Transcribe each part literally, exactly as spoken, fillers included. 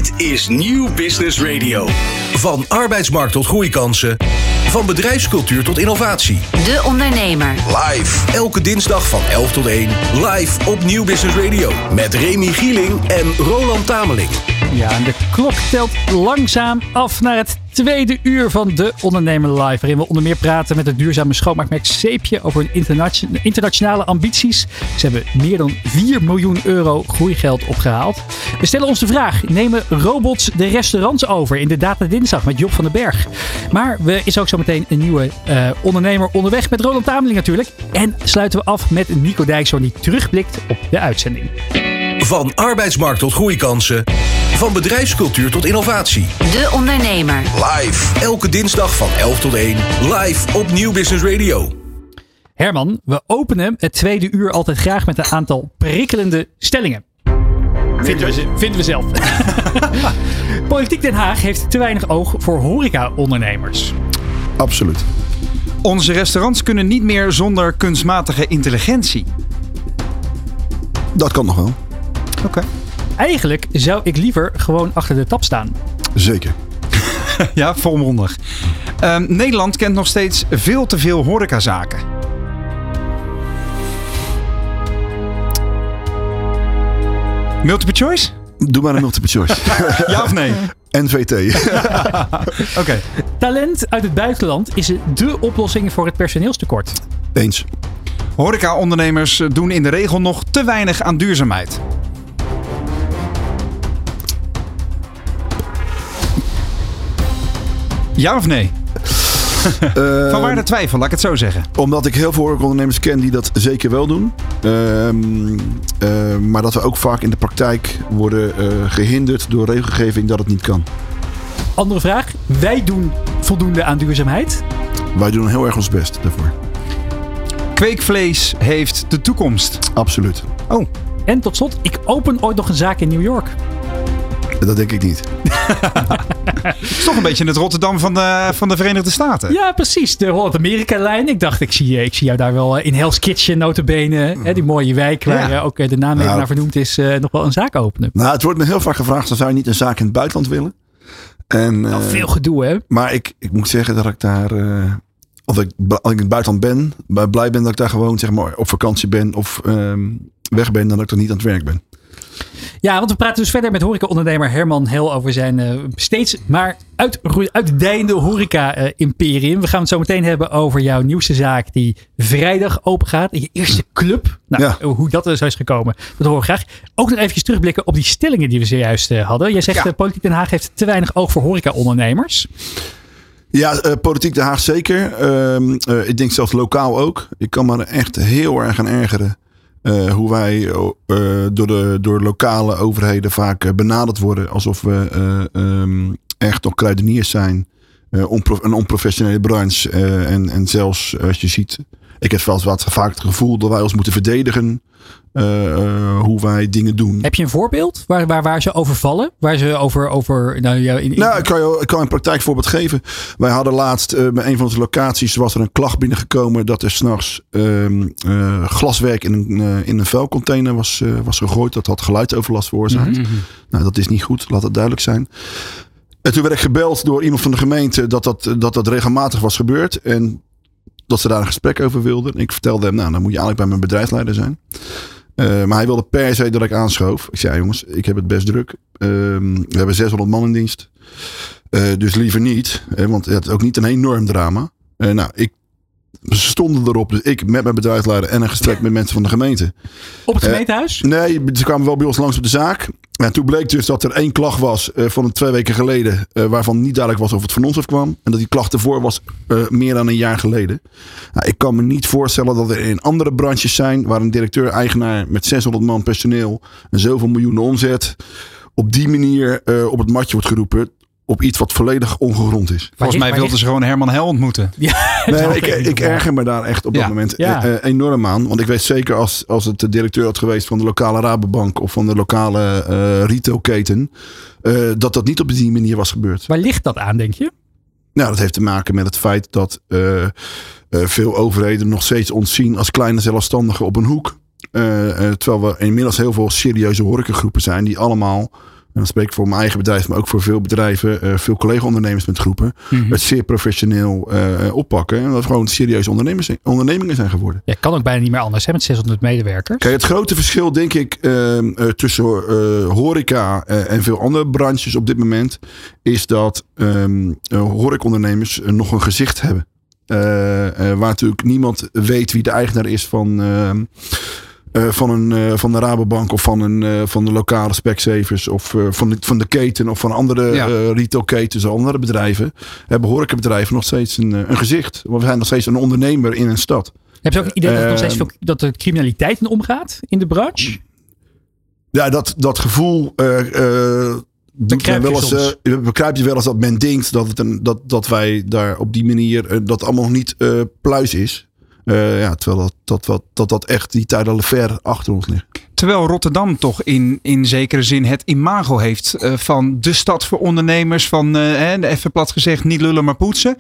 Dit is Nieuw Business Radio. Van arbeidsmarkt tot groeikansen. Van bedrijfscultuur tot innovatie. De Ondernemer. Live. Elke dinsdag van elf tot één. Live op Nieuw Business Radio. Met Remy Gieling en Roland Tameling. Ja, en de klok telt langzaam af naar het tweede uur van De Ondernemer Live. Waarin we onder meer praten met het duurzame schoonmaakmerk Zeepje over hun internation- internationale ambities. Ze hebben meer dan vier miljoen euro groeigeld opgehaald. We stellen ons de vraag, nemen robots de restaurants over in de Data Dinsdag met Job van den Berg? Maar we is ook zo meteen een nieuwe uh, ondernemer onderweg met Roland Tameling natuurlijk. En sluiten we af met Nico Dijkshoorn die terugblikt op de uitzending. Van arbeidsmarkt tot groeikansen. Van bedrijfscultuur tot innovatie. De Ondernemer. Live. Elke dinsdag van elf tot één. Live op Nieuw Business Radio. Herman, we openen het tweede uur altijd graag met een aantal prikkelende stellingen. Vinden we, vinden we zelf. Politiek Den Haag heeft te weinig oog voor horeca-ondernemers. Absoluut. Onze restaurants kunnen niet meer zonder kunstmatige intelligentie. Dat kan nog wel. Oké. Okay. Eigenlijk zou ik liever gewoon achter de tap staan. Zeker. Ja, volmondig. Uh, Nederland kent nog steeds veel te veel horecazaken. Multiple choice? Doe maar een multiple choice. Ja of nee? N V T. Oké. Okay. Talent uit het buitenland is dé oplossing voor het personeelstekort. Eens. Horeca-ondernemers doen in de regel nog te weinig aan duurzaamheid. Ja of nee? Uh, Vanwaar de twijfel, laat ik het zo zeggen. Omdat ik heel veel horecaondernemers ken die dat zeker wel doen. Uh, uh, maar dat we ook vaak in de praktijk worden uh, gehinderd door regelgeving dat het niet kan. Andere vraag. Wij doen voldoende aan duurzaamheid? Wij doen heel erg ons best daarvoor. Kweekvlees heeft de toekomst. Absoluut. Oh. En tot slot, ik open ooit nog een zaak in New York. Dat denk ik niet. Het is toch een beetje het Rotterdam van de, van de Verenigde Staten. Ja, precies. De Holland-Amerika-lijn. Ik dacht, ik zie, ik zie jou daar wel in Hell's Kitchen notabene. Hè, die mooie wijk waar ja. ook de naam even nou, naar vernoemd is. Uh, nog wel een zaak openen. Nou, het wordt me heel vaak gevraagd. Dan zou je niet een zaak in het buitenland willen? En, uh, nou, veel gedoe, hè? Maar ik, ik moet zeggen dat ik daar... Uh, of ik, als ik in het buitenland ben, blij ben dat ik daar gewoon zeg maar, op vakantie ben of um, weg ben, dan dat ik er niet aan het werk ben. Ja, want we praten dus verder met horeca-ondernemer Herman Hel over zijn uh, steeds maar uit, uitdijende horeca-imperium. Uh, we gaan het zo meteen hebben over jouw nieuwste zaak die vrijdag open gaat. Je eerste club. Nou, ja. Hoe dat er zo is gekomen, dat horen we graag. Ook nog eventjes terugblikken op die stellingen die we zojuist uh, hadden. Jij zegt, ja. uh, Politiek Den Haag heeft te weinig oog voor horeca-ondernemers. Ja, uh, Politiek Den Haag zeker. Uh, uh, ik denk zelfs lokaal ook. Ik kan me er echt heel erg aan ergeren. Uh, hoe wij uh, door, de, door lokale overheden vaak uh, benaderd worden. Alsof we uh, um, echt nog kruideniers zijn. Uh, onpro- een onprofessionele branche. Uh, en, en zelfs als je ziet. Ik heb wel wat vaak het gevoel dat wij ons moeten verdedigen. Uh, uh, hoe wij dingen doen. Heb je een voorbeeld waar, waar, waar ze over vallen? Waar ze over... over nou, ja, in, in... nou ik, kan je, ik kan een praktijkvoorbeeld geven. Wij hadden laatst uh, bij een van onze locaties... was er een klacht binnengekomen... dat er s'nachts uh, uh, glaswerk in een, uh, in een vuilcontainer was, uh, was gegooid. Dat had geluidsoverlast veroorzaakt. Mm-hmm. Nou, dat is niet goed. Laat het duidelijk zijn. En toen werd ik gebeld door iemand van de gemeente... dat dat, dat, dat regelmatig was gebeurd. En dat ze daar een gesprek over wilden. En ik vertelde hem... nou, dan moet je eigenlijk bij mijn bedrijfsleider zijn... Uh, maar hij wilde per se dat ik aanschoof. Ik zei, jongens, ik heb het best druk. Uh, we hebben zeshonderd man in dienst. Uh, dus liever niet. Uh, want het is ook niet een enorm drama. Uh, nou, ik Ze stonden erop. Dus ik met mijn bedrijfsleider en een gesprek met mensen van de gemeente. Op het gemeentehuis? Uh, nee, ze kwamen wel bij ons langs op de zaak. En toen bleek dus dat er één klacht was uh, van twee weken geleden. Uh, waarvan niet duidelijk was of het van ons af kwam. En dat die klacht ervoor was uh, meer dan een jaar geleden. Nou, ik kan me niet voorstellen dat er in andere branches zijn. Waar een directeur-eigenaar met zeshonderd man personeel. En zoveel miljoenen omzet. Op die manier uh, op het matje wordt geroepen. Op iets wat volledig ongegrond is. Volgens mij wilden ze gewoon Herman Hel ontmoeten. Ja, nee, ik, ik erger me daar echt op ja. dat moment ja. uh, enorm aan. Want ik weet zeker als, als het de directeur had geweest van de lokale Rabobank of van de lokale uh, retailketen. Uh, dat dat niet op die manier was gebeurd. Waar ligt dat aan, denk je? Nou, dat heeft te maken met het feit dat uh, uh, veel overheden nog steeds ons zien als kleine zelfstandigen op een hoek. Uh, uh, terwijl we inmiddels heel veel serieuze horecagroepen zijn die allemaal en dan spreek ik voor mijn eigen bedrijf, maar ook voor veel bedrijven, uh, veel collega-ondernemers met groepen, mm-hmm. het zeer professioneel uh, oppakken. En dat het gewoon serieuze ondernemers, ondernemingen zijn geworden. Ja, kan ook bijna niet meer anders, hè, met zeshonderd medewerkers. Kijk, het grote verschil, denk ik, uh, uh, tussen uh, horeca uh, en veel andere branches op dit moment, is dat um, uh, horecaondernemers uh, nog een gezicht hebben. Uh, uh, waar natuurlijk niemand weet wie de eigenaar is van... Uh, Uh, van, een, uh, van de Rabobank of van, een, uh, van de lokale Specsavers of uh, van, de, van de keten of van andere ja. uh, retailketens of andere bedrijjven. Hebben horecabedrijven nog steeds een, een gezicht. Want we zijn nog steeds een ondernemer in een stad. Heb je ook het idee uh, dat er nog steeds veel, dat er criminaliteit in omgaat in de branche? Ja, dat, dat gevoel... Uh, uh, Begrijp je, wel eens, uh, begrijp je wel eens dat men denkt dat, het een, dat, dat wij daar op die manier uh, dat allemaal nog niet uh, pluis is. Uh, ja, terwijl dat dat, dat, dat dat echt die tijd al ver achter ons ligt. Terwijl Rotterdam toch in, in zekere zin het imago heeft uh, van de stad voor ondernemers. Van, uh, even plat gezegd, niet lullen maar poetsen.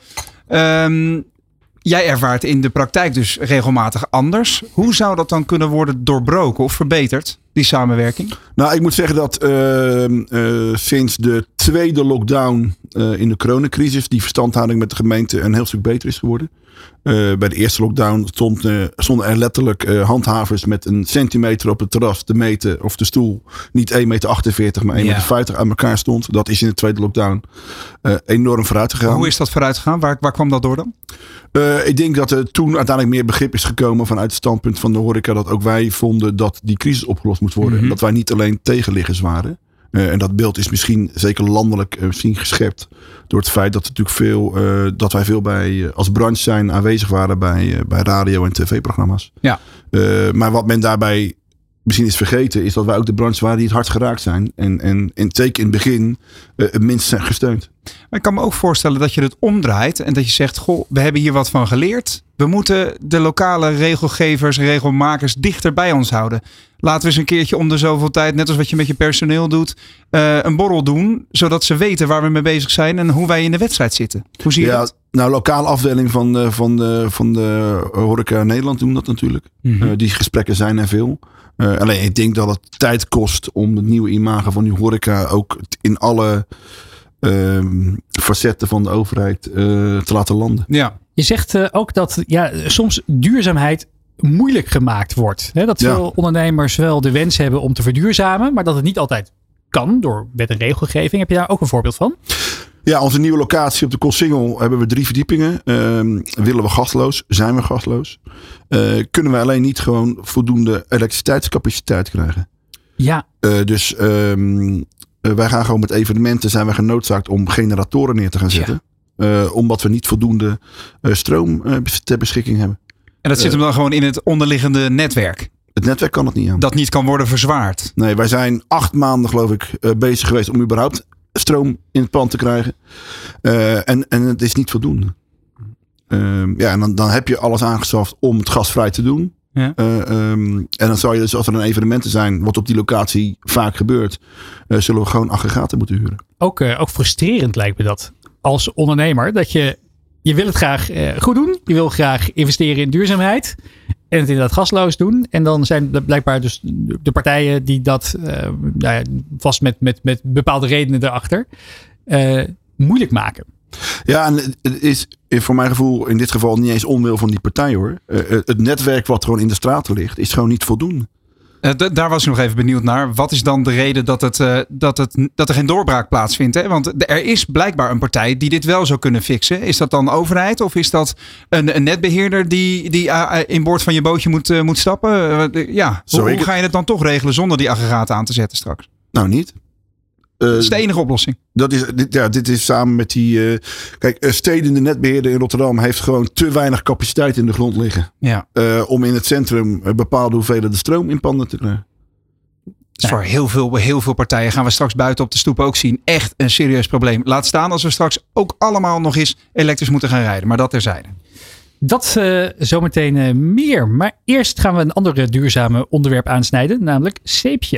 Um, jij ervaart in de praktijk dus regelmatig anders. Hoe zou dat dan kunnen worden doorbroken of verbeterd, die samenwerking? Nou, ik moet zeggen dat uh, uh, sinds de tweede lockdown uh, in de coronacrisis die verstandhouding met de gemeente een heel stuk beter is geworden. Uh, bij de eerste lockdown stond, uh, stonden er letterlijk uh, handhavers met een centimeter op het terras te meten of de stoel niet één komma achtenveertig meter, maar één komma vijftig meter aan elkaar stond. Dat is in de tweede lockdown uh, enorm vooruit gegaan. Hoe is dat vooruit gegaan? Waar, waar kwam dat door dan? Uh, ik denk dat er toen uiteindelijk meer begrip is gekomen vanuit het standpunt van de horeca. Dat ook wij vonden dat die crisis opgelost moest worden. Mm-hmm. En dat wij niet alleen tegenliggers waren. Uh, en dat beeld is misschien zeker landelijk uh, misschien geschept door het feit dat, natuurlijk veel, uh, dat wij veel bij, uh, als branche zijn aanwezig waren bij, uh, bij radio- en tv-programma's. Ja. Uh, maar wat men daarbij misschien is vergeten is dat wij ook de branche waren die het hard geraakt zijn. En, en, en zeker in het begin uh, het minst zijn gesteund. Maar ik kan me ook voorstellen dat je het omdraait en dat je zegt, goh, we hebben hier wat van geleerd. We moeten de lokale regelgevers, regelmakers dichter bij ons houden. Laten we eens een keertje om de zoveel tijd, net als wat je met je personeel doet, uh, een borrel doen. Zodat ze weten waar we mee bezig zijn en hoe wij in de wedstrijd zitten. Hoe zie je ja, dat? Nou, lokale afdeling van de, van de, van de Horeca Nederland doen dat natuurlijk. Mm-hmm. Uh, die gesprekken zijn er veel. Uh, alleen ik denk dat het tijd kost om het nieuwe imago van die horeca ook in alle uh, facetten van de overheid uh, te laten landen. Ja. Je zegt uh, ook dat ja, soms duurzaamheid moeilijk gemaakt wordt. Hè? Dat veel ja. ondernemers wel de wens hebben om te verduurzamen, maar dat het niet altijd kan door wet en regelgeving. Heb je daar ook een voorbeeld van? Ja, onze nieuwe locatie op de Koolsingel hebben we drie verdiepingen. Uh, willen we gasloos? Zijn we gasloos? Uh, kunnen we alleen niet gewoon voldoende elektriciteitscapaciteit krijgen? Ja. Uh, dus um, uh, wij gaan gewoon met evenementen zijn we genoodzaakt om generatoren neer te gaan zetten. Ja. Uh, omdat we niet voldoende uh, stroom uh, ter beschikking hebben. En dat zit hem dan gewoon in het onderliggende netwerk? Het netwerk kan het niet aan. Dat niet kan worden verzwaard? Nee, wij zijn acht maanden geloof ik uh, bezig geweest om überhaupt stroom in het pand te krijgen. Uh, en, en het is niet voldoende. Uh, ja, en dan, dan heb je alles aangeschaft om het gasvrij te doen. Ja. Uh, um, en dan zou je dus als er een evenementen zijn, wat op die locatie vaak gebeurt, uh, zullen we gewoon aggregaten moeten huren. Ook, uh, ook frustrerend lijkt me dat als ondernemer. Dat je, je wil het graag uh, goed doen. Je wil graag investeren in duurzaamheid. En het inderdaad gasloos doen. En dan zijn blijkbaar dus de partijen die dat uh, nou ja, vast met, met, met bepaalde redenen erachter uh, moeilijk maken. Ja, en het is voor mijn gevoel in dit geval niet eens onwil van die partij hoor. Uh, het netwerk wat gewoon in de straten ligt is gewoon niet voldoende. Uh, d- daar was ik nog even benieuwd naar. Wat is dan de reden dat, het, uh, dat, het, dat er geen doorbraak plaatsvindt? Hè? Want er is blijkbaar een partij die dit wel zou kunnen fixen. Is dat dan overheid of is dat een, een netbeheerder die, die uh, in boord van je bootje moet, uh, moet stappen? Uh, ja, hoe, hoe ga je het dan toch regelen zonder die aggregaten aan te zetten straks? Nou niet. Uh, dat is de enige oplossing. Dat is, dit, ja, dit is samen met die... Uh, kijk, stedende netbeheerder in Rotterdam heeft gewoon te weinig capaciteit in de grond liggen. Ja. Uh, om in het centrum bepaalde hoeveelheden stroom in panden te krijgen. Dus voor heel veel, heel veel partijen gaan we straks buiten op de stoep ook zien. Echt een serieus probleem. Laat staan als we straks ook allemaal nog eens elektrisch moeten gaan rijden. Maar dat terzijde. Dat uh, zometeen uh, meer. Maar eerst gaan we een ander uh, duurzame onderwerp aansnijden. Namelijk zeepje.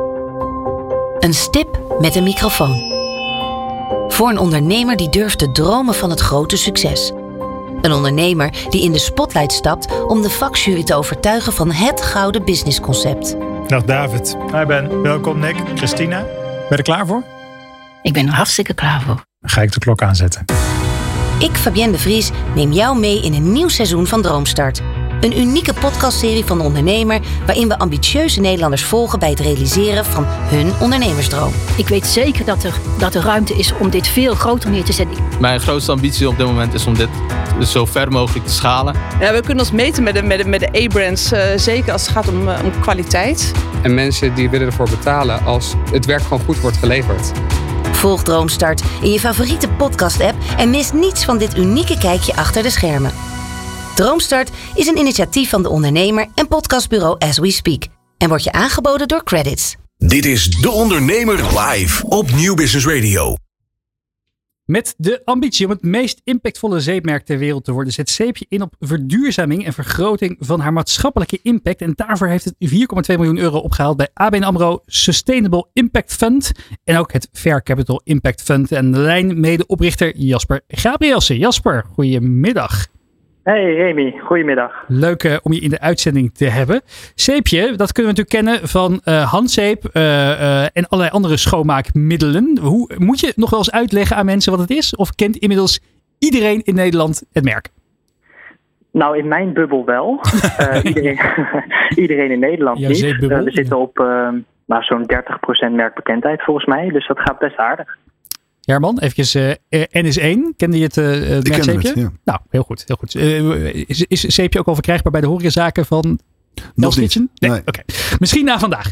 Een stip met een microfoon. Voor een ondernemer die durft te dromen van het grote succes. Een ondernemer die in de spotlight stapt om de vakjury te overtuigen van het gouden businessconcept. Dag David. Hi Ben. Welkom Nick, Christina. Ben je er klaar voor? Ik ben er hartstikke klaar voor. Dan ga ik de klok aanzetten. Ik, Fabienne de Vries, neem jou mee in een nieuw seizoen van Droomstart. Een unieke podcastserie van de ondernemer waarin we ambitieuze Nederlanders volgen bij het realiseren van hun ondernemersdroom. Ik weet zeker dat er, dat er ruimte is om dit veel groter neer te zetten. Mijn grootste ambitie op dit moment is om dit zo ver mogelijk te schalen. Ja, we kunnen ons meten met de, met de, met de A-brands, uh, zeker als het gaat om, uh, om kwaliteit. En mensen die willen ervoor betalen als het werk gewoon goed wordt geleverd. Volg Droomstart in je favoriete podcast-app en mis niets van dit unieke kijkje achter de schermen. Droomstart is een initiatief van de ondernemer en podcastbureau As We Speak en wordt je aangeboden door Credits. Dit is De Ondernemer live op Nieuw Business Radio. Met de ambitie om het meest impactvolle zeepmerk ter wereld te worden, zet Zeepje in op verduurzaming en vergroting van haar maatschappelijke impact. En daarvoor heeft het vier komma twee miljoen euro opgehaald bij A B N AMRO Sustainable Impact Fund en ook het Fair Capital Impact Fund. En de lijn medeoprichter Jasper Gabrielsen. Jasper, goedemiddag. Hey Remy, goedemiddag. Leuk uh, om je in de uitzending te hebben. Zeepje, dat kunnen we natuurlijk kennen van uh, handzeep uh, uh, en allerlei andere schoonmaakmiddelen. Hoe, moet je nog wel eens uitleggen aan mensen wat het is? Of kent inmiddels iedereen in Nederland het merk? Nou, in mijn bubbel wel. uh, iedereen, iedereen in Nederland ja, niet. Zeepbubbel, uh, we zitten ja. op uh, nou, zo'n dertig procent merkbekendheid volgens mij. Dus dat gaat best aardig. Herman, eventjes uh, N is één. Kende je het uh, Ik merk ken Zeepje? het, ja. Nou, heel goed. Heel goed. Uh, is, is Zeepje ook al verkrijgbaar bij de horecazaken van Nog niet. Kitchen? Nee, Nee. oké. Okay. Misschien na vandaag.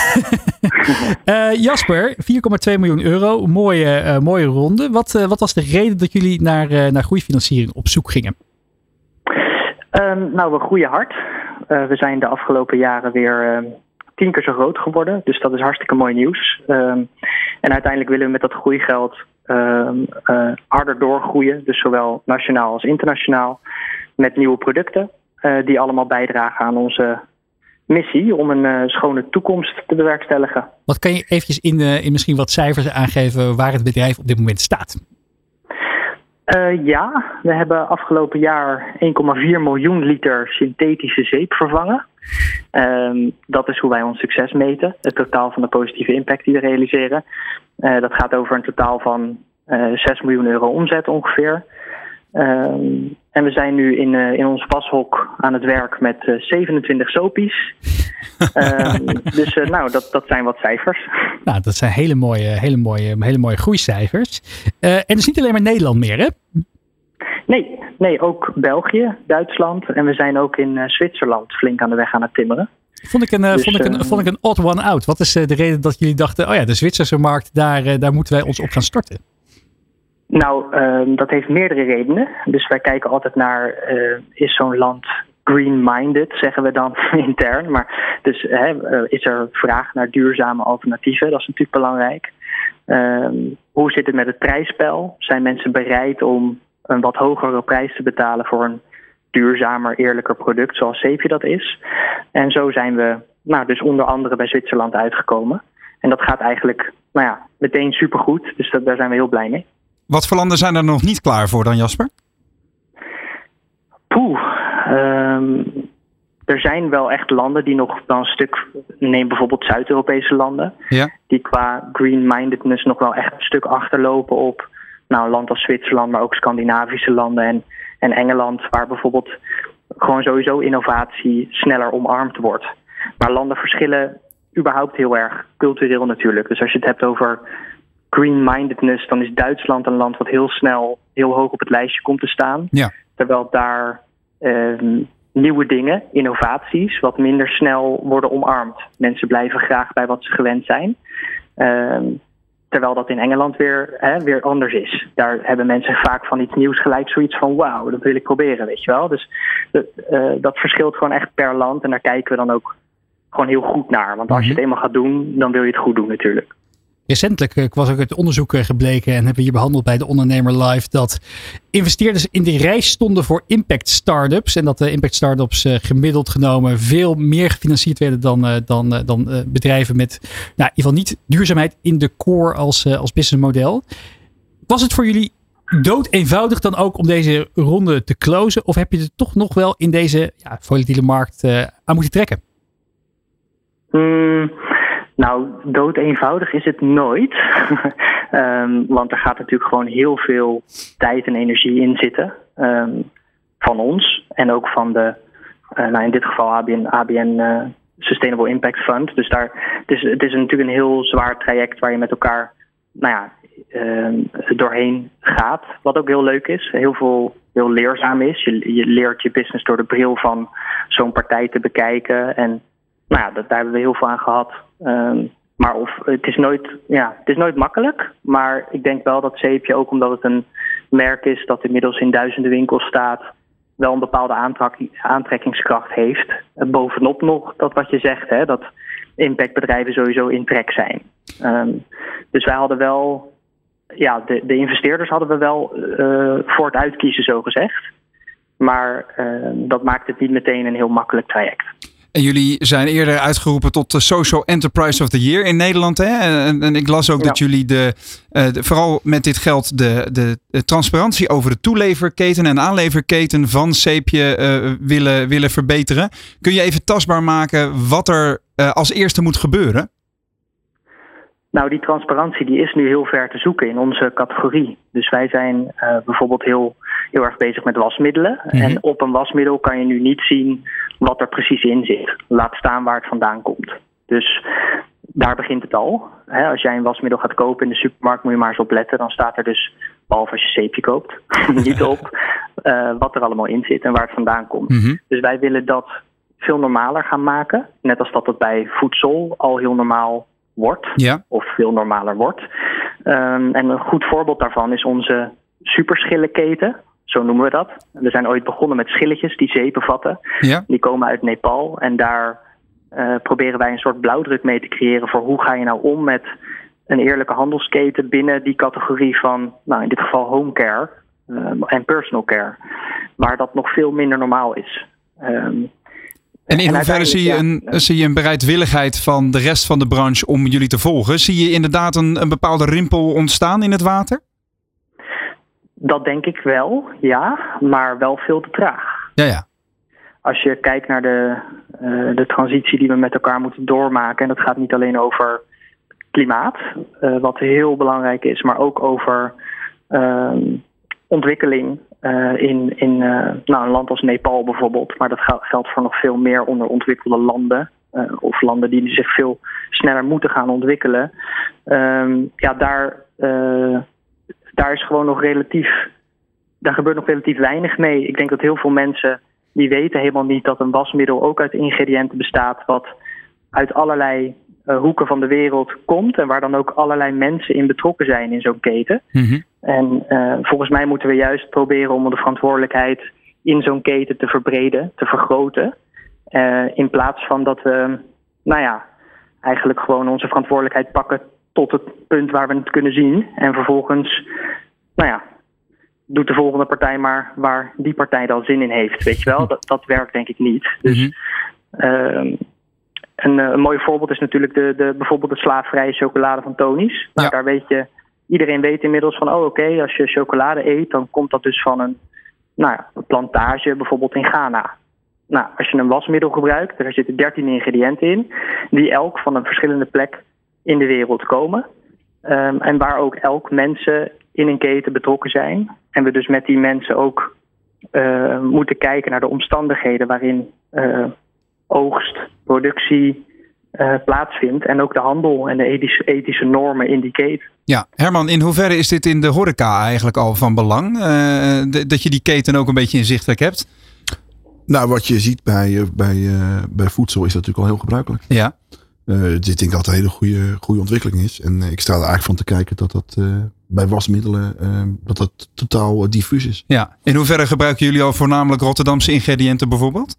uh, Jasper, vier komma twee miljoen euro. Mooie, uh, mooie ronde. Wat, uh, wat was de reden dat jullie naar, uh, naar groeifinanciering op zoek gingen? Um, nou, we groeien hard. Uh, we zijn de afgelopen jaren weer uh, tien keer zo groot geworden. Dus dat is hartstikke mooi nieuws. Um, en uiteindelijk willen we met dat groeigeld uh, uh, harder doorgroeien. Dus zowel nationaal als internationaal. Met nieuwe producten. Uh, die allemaal bijdragen aan onze missie om een uh, schone toekomst te bewerkstelligen. Wat kan je eventjes in, uh, in misschien wat cijfers aangeven waar het bedrijf op dit moment staat? Uh, ja, we hebben afgelopen jaar één komma vier miljoen liter synthetische zeep vervangen. Um, dat is hoe wij ons succes meten. Het totaal van de positieve impact die we realiseren. Uh, dat gaat over een totaal van uh, zes miljoen euro omzet ongeveer. Um, en we zijn nu in, uh, in ons washok aan het werk met uh, zevenentwintig soapies. um, dus uh, nou, dat, dat zijn wat cijfers. Nou, dat zijn hele mooie, hele mooie, hele mooie groeicijfers. Uh, en dus niet alleen maar Nederland meer, hè? Nee, nee, ook België, Duitsland en we zijn ook in uh, Zwitserland flink aan de weg aan het timmeren. Vond ik een, uh, Dus, vond ik een, uh, vond ik een odd one out. Wat is uh, de reden dat jullie dachten, oh ja, de Zwitserse markt, daar, uh, daar moeten wij ons op gaan storten? Nou, uh, dat heeft meerdere redenen. Dus wij kijken altijd naar, uh, is zo'n land green-minded, zeggen we dan intern. Maar dus hè, uh, is er vraag naar duurzame alternatieven? Dat is natuurlijk belangrijk. Uh, hoe zit het met het prijsspel? Zijn mensen bereid om een wat hogere prijs te betalen voor een duurzamer, eerlijker product zoals Zeepje dat is? En zo zijn we nou, dus onder andere bij Zwitserland uitgekomen. En dat gaat eigenlijk nou ja, meteen supergoed. Dus dat, daar zijn we heel blij mee. Wat voor landen zijn er nog niet klaar voor dan, Jasper? Poeh. Um, er zijn wel echt landen die nog wel een stuk... Neem bijvoorbeeld Zuid-Europese landen. Ja. Die qua green-mindedness nog wel echt een stuk achterlopen op... Nou, een land als Zwitserland, maar ook Scandinavische landen en, en Engeland... waar bijvoorbeeld gewoon sowieso innovatie sneller omarmd wordt. Maar landen verschillen überhaupt heel erg cultureel natuurlijk. Dus als je het hebt over green-mindedness... dan is Duitsland een land wat heel snel heel hoog op het lijstje komt te staan. Ja. Terwijl daar um, nieuwe dingen, innovaties... wat minder snel worden omarmd. Mensen blijven graag bij wat ze gewend zijn... Um, Terwijl dat in Engeland weer, hè, weer anders is. Daar hebben mensen vaak van iets nieuws gelijk zoiets van... wauw, dat wil ik proberen, weet je wel. Dus dat, uh, dat verschilt gewoon echt per land. En daar kijken we dan ook gewoon heel goed naar. Want als je het eenmaal gaat doen, dan wil je het goed doen natuurlijk. Recentelijk was ook het onderzoek gebleken en hebben we hier behandeld bij de Ondernemer Live dat investeerders in de rij stonden voor impact startups en dat de impact startups gemiddeld genomen veel meer gefinancierd werden dan, dan, dan bedrijven met nou, in ieder geval niet duurzaamheid in de core als, als businessmodel. Was het voor jullie dood eenvoudig dan ook om deze ronde te closen of heb je er toch nog wel in deze ja, volatiele markt uh, aan moeten trekken? Mm. Nou, dood eenvoudig is het nooit. um, want er gaat natuurlijk gewoon heel veel tijd en energie in zitten. Um, van ons en ook van de, uh, nou in dit geval A B N, A B N uh, Sustainable Impact Fund. Dus daar, het, is, het is natuurlijk een heel zwaar traject waar je met elkaar nou ja, uh, doorheen gaat. Wat ook heel leuk is, heel veel heel leerzaam is. Je, je leert je business door de bril van zo'n partij te bekijken. En nou ja, dat, daar hebben we heel veel aan gehad. Um, maar of, het, is nooit, ja, het is nooit makkelijk. Maar ik denk wel dat Zeepje, ook omdat het een merk is dat inmiddels in duizenden winkels staat, wel een bepaalde aantrek- aantrekkingskracht heeft. Uh, bovenop nog dat wat je zegt, hè, dat impactbedrijven sowieso in trek zijn. Um, dus wij hadden wel, ja, de, de investeerders hadden we wel uh, voor het uitkiezen, zo gezegd. Maar uh, dat maakt het niet meteen een heel makkelijk traject. En jullie zijn eerder uitgeroepen tot de Social Enterprise of the Year in Nederland. Hè? En, en ik las ook ja. dat jullie de, uh, de, vooral met dit geld de, de, de transparantie over de toeleverketen en aanleverketen van Zeepje uh, willen, willen verbeteren. Kun je even tastbaar maken wat er uh, als eerste moet gebeuren? Nou, die transparantie die is nu heel ver te zoeken in onze categorie. Dus wij zijn uh, bijvoorbeeld heel, heel erg bezig met wasmiddelen. Mm-hmm. En op een wasmiddel kan je nu niet zien wat er precies in zit. Laat staan waar het vandaan komt. Dus daar begint het al. He, als jij een wasmiddel gaat kopen in de supermarkt, moet je maar eens op letten. Dan staat er dus, behalve als je Zeepje koopt, niet op uh, wat er allemaal in zit en waar het vandaan komt. Mm-hmm. Dus wij willen dat veel normaler gaan maken. Net als dat het bij voedsel al heel normaal wordt. Ja. Of veel normaler wordt. Um, en een goed voorbeeld daarvan is onze superschillenketen. Zo noemen we dat. We zijn ooit begonnen met schilletjes die zeep bevatten. Ja. Die komen uit Nepal. En daar uh, proberen wij een soort blauwdruk mee te creëren voor hoe ga je nou om met een eerlijke handelsketen binnen die categorie van, nou in dit geval home care uh, en personal care. Waar dat nog veel minder normaal is. Um, En in hoeverre zie je, een, ja. zie je een bereidwilligheid van de rest van de branche om jullie te volgen? Zie je inderdaad een, een bepaalde rimpel ontstaan in het water? Dat denk ik wel, ja. Maar wel veel te traag. Ja, ja. Als je kijkt naar de, uh, de transitie die we met elkaar moeten doormaken. En dat gaat niet alleen over klimaat, uh, wat heel belangrijk is. Maar ook over uh, ontwikkeling. Uh, in in uh, nou, een land als Nepal bijvoorbeeld. Maar dat geldt voor nog veel meer onderontwikkelde landen. Uh, of landen die zich veel sneller moeten gaan ontwikkelen. Um, ja, daar, uh, daar is gewoon nog relatief. Daar gebeurt nog relatief weinig mee. Ik denk dat heel veel mensen die weten helemaal niet dat een wasmiddel ook uit ingrediënten bestaat wat uit allerlei uh, hoeken van de wereld komt. En waar dan ook allerlei mensen in betrokken zijn in zo'n keten. Mm-hmm. En uh, volgens mij moeten we juist proberen om de verantwoordelijkheid in zo'n keten te verbreden, te vergroten. Uh, in plaats van dat we, nou ja, eigenlijk gewoon onze verantwoordelijkheid pakken tot het punt waar we het kunnen zien. En vervolgens, nou ja, doet de volgende partij maar waar die partij dan zin in heeft. Weet je wel, dat, dat werkt denk ik niet. Dus uh, een, een mooi voorbeeld is natuurlijk de, de, bijvoorbeeld de slaafvrije chocolade van Tony's. Nou, ja. Daar weet je, iedereen weet inmiddels van, oh oké, okay, als je chocolade eet, dan komt dat dus van een, nou ja, een plantage bijvoorbeeld in Ghana. Nou, als je een wasmiddel gebruikt, daar zitten dertien ingrediënten in, die elk van een verschillende plek in de wereld komen. Um, en waar ook elk mensen in een keten betrokken zijn. En we dus met die mensen ook uh, moeten kijken naar de omstandigheden waarin uh, oogst, productie uh, plaatsvindt. En ook de handel en de ethische, ethische normen in die keten. Ja, Herman, in hoeverre is dit in de horeca eigenlijk al van belang? Uh, de, dat je die keten ook een beetje in zicht hebt? Nou, wat je ziet bij, uh, bij, uh, bij voedsel is dat natuurlijk al heel gebruikelijk. Ja. Uh, dit denk ik dat een hele goede, goede ontwikkeling is. En uh, ik sta er eigenlijk van te kijken dat dat uh, bij wasmiddelen uh, dat dat totaal uh, diffuus is. Ja. In hoeverre gebruiken jullie al voornamelijk Rotterdamse ingrediënten bijvoorbeeld?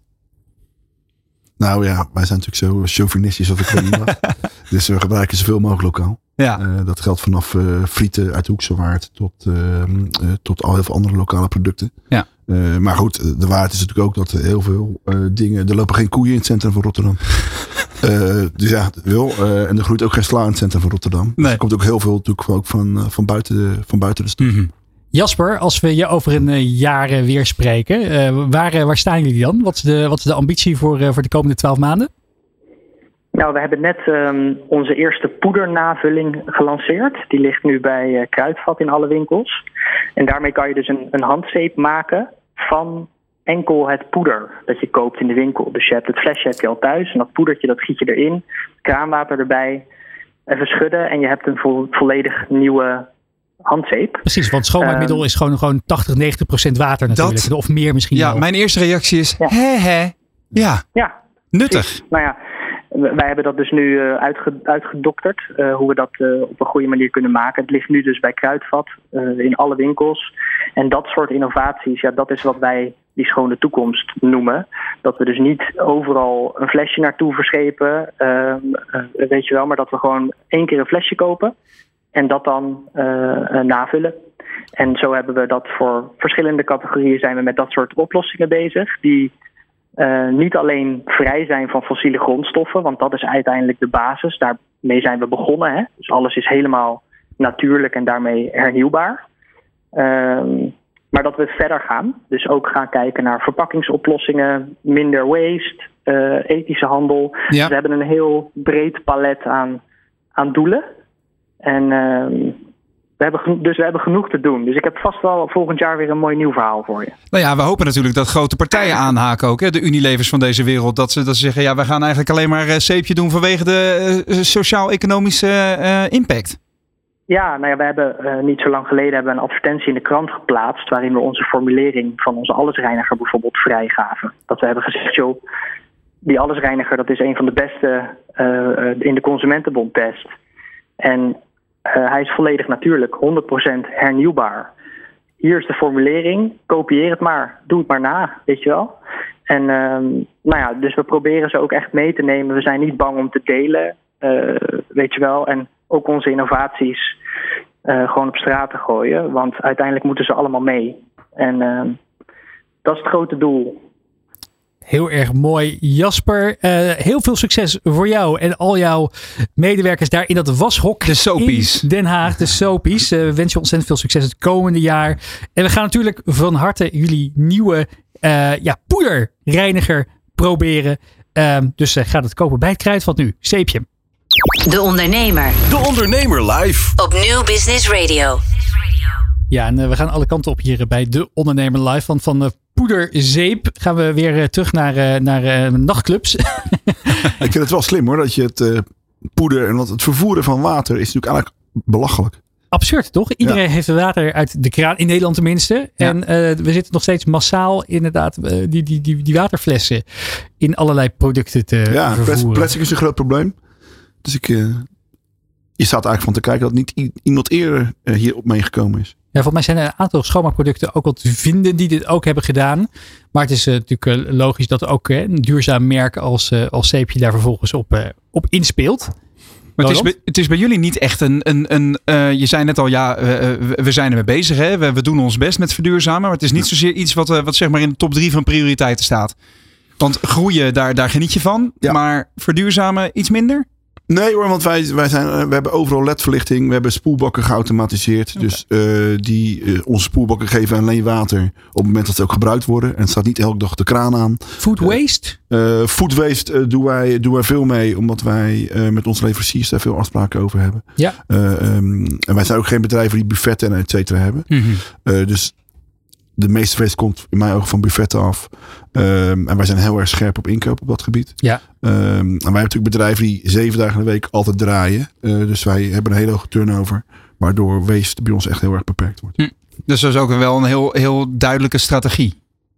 Nou ja, wij zijn natuurlijk zo chauvinistisch als ik weet niet wat. Dus we gebruiken zoveel mogelijk lokaal. Ja. Uh, dat geldt vanaf uh, frieten uit Hoekse Waard tot, uh, uh, tot al heel veel andere lokale producten. Ja. Uh, maar goed, de waarheid is natuurlijk ook dat heel veel uh, dingen... Er lopen geen koeien in het centrum van Rotterdam. uh, dus ja, wil. Uh, en er groeit ook geen sla in het centrum van Rotterdam. Nee. Dus er komt ook heel veel natuurlijk ook van, uh, van, buiten de, van buiten de stad. Mm-hmm. Jasper, als we je over een uh, jaar uh, weer spreken, uh, waar, uh, waar staan jullie dan? Wat is de, wat is de ambitie voor, uh, voor de komende twaalf maanden? Nou, we hebben net um, onze eerste poedernavulling gelanceerd. Die ligt nu bij uh, Kruidvat in alle winkels. En daarmee kan je dus een, een handzeep maken van enkel het poeder dat je koopt in de winkel. Dus je hebt het flesje heb je al thuis en dat poedertje dat giet je erin. Kraanwater erbij, even schudden en je hebt een vo- volledig nieuwe handzeep. Precies, want schoonmaakmiddel um, is gewoon, gewoon tachtig, negentig procent water natuurlijk. Dat, of meer misschien Ja, wel. Mijn eerste reactie is, ja. hè hè. Ja, ja nuttig. Precies. Nou ja, wij hebben dat dus nu uh, uitge- uitgedokterd, uh, hoe we dat uh, op een goede manier kunnen maken. Het ligt nu dus bij Kruidvat, uh, in alle winkels. En dat soort innovaties, ja, dat is wat wij die schone toekomst noemen. Dat we dus niet overal een flesje naartoe verschepen, uh, uh, weet je wel, maar dat we gewoon één keer een flesje kopen en dat dan uh, uh, navullen. En zo hebben we dat voor verschillende categorieën zijn we met dat soort oplossingen bezig, die Uh, niet alleen vrij zijn van fossiele grondstoffen, want dat is uiteindelijk de basis. Daarmee zijn we begonnen. Hè? Dus alles is helemaal natuurlijk en daarmee hernieuwbaar. Uh, maar dat we verder gaan. Dus ook gaan kijken naar verpakkingsoplossingen, minder waste, uh, ethische handel. Ja. Dus we hebben een heel breed palet aan, aan doelen. En uh, We hebben, dus we hebben genoeg te doen. Dus ik heb vast wel volgend jaar weer een mooi nieuw verhaal voor je. Nou ja, we hopen natuurlijk dat grote partijen aanhaken ook. Hè? De Unilevers van deze wereld. Dat ze, dat ze zeggen, ja, we gaan eigenlijk alleen maar uh, zeepje doen vanwege de uh, sociaal-economische uh, impact. Ja, nou ja, we hebben uh, niet zo lang geleden hebben we een advertentie in de krant geplaatst waarin we onze formulering van onze allesreiniger bijvoorbeeld vrijgaven. Dat we hebben gezegd, joh, die allesreiniger dat is een van de beste uh, in de Consumentenbondtest. En Uh, hij is volledig natuurlijk, honderd procent hernieuwbaar. Hier is de formulering, kopieer het maar, doe het maar na, weet je wel. En uh, nou ja, dus we proberen ze ook echt mee te nemen. We zijn niet bang om te delen, uh, weet je wel. En ook onze innovaties uh, gewoon op straat te gooien. Want uiteindelijk moeten ze allemaal mee. En uh, dat is het grote doel. Heel erg mooi, Jasper. Uh, heel veel succes voor jou en al jouw medewerkers daar in dat washok. De Soapies. In Den Haag, de Soapies. Uh, we wensen je ontzettend veel succes het komende jaar. En we gaan natuurlijk van harte jullie nieuwe uh, ja, poederreiniger proberen. Uh, dus uh, ga het kopen bij het Kruidvat nu. Zeepje. De Ondernemer. De Ondernemer live. Op Nieuw Business Radio. Ja, en uh, we gaan alle kanten op hier bij De Ondernemer live. Want van uh, poederzeep gaan we weer uh, terug naar, uh, naar uh, nachtclubs. Ik vind het wel slim hoor, dat je het uh, poeder en wat het vervoeren van water is natuurlijk eigenlijk belachelijk. Absurd, toch? Iedereen ja. heeft water uit de kraan, in Nederland tenminste. Ja. En uh, we zitten nog steeds massaal inderdaad uh, die, die, die, die waterflessen in allerlei producten te ja, vervoeren. Ja, plastic is een groot probleem. Dus ik, uh, je staat eigenlijk van te kijken dat niet i- iemand eerder uh, hierop meegekomen is. Ja, volgens mij zijn er een aantal schoonmaakproducten ook wel te vinden die dit ook hebben gedaan. Maar het is uh, natuurlijk uh, logisch dat ook uh, een duurzaam merk als, uh, als Zeepje daar vervolgens op, uh, op inspeelt. Maar het is, bij, het is bij jullie niet echt een... een, een uh, je zei net al, ja, uh, we zijn ermee bezig. Hè? We, we doen ons best met verduurzamen. Maar het is niet zozeer iets wat, uh, wat zeg maar in de top drie van prioriteiten staat. Want groeien, daar, daar geniet je van. Ja. Maar verduurzamen iets minder? Nee hoor, want wij, wij zijn, we hebben overal L E D-verlichting. We hebben spoelbakken geautomatiseerd. Okay. Dus uh, die, uh, onze spoelbakken geven alleen water op het moment dat ze ook gebruikt worden. En het staat niet elke dag de kraan aan. Food waste? Uh, uh, food waste uh, doen, wij, doen wij veel mee. Omdat wij uh, met onze leveranciers daar veel afspraken over hebben. Ja. Uh, um, en wij zijn ook geen bedrijven die buffetten en et cetera hebben. Mm-hmm. Uh, dus de meeste waste komt in mijn ogen van buffetten af. Um, en wij zijn heel erg scherp op inkoop op dat gebied. Ja. Um, en wij hebben natuurlijk bedrijven die zeven dagen in de week altijd draaien. Uh, dus wij hebben een hele hoge turnover. Waardoor waste bij ons echt heel erg beperkt wordt. Hm. Dus dat is ook wel een heel, heel duidelijke strategie.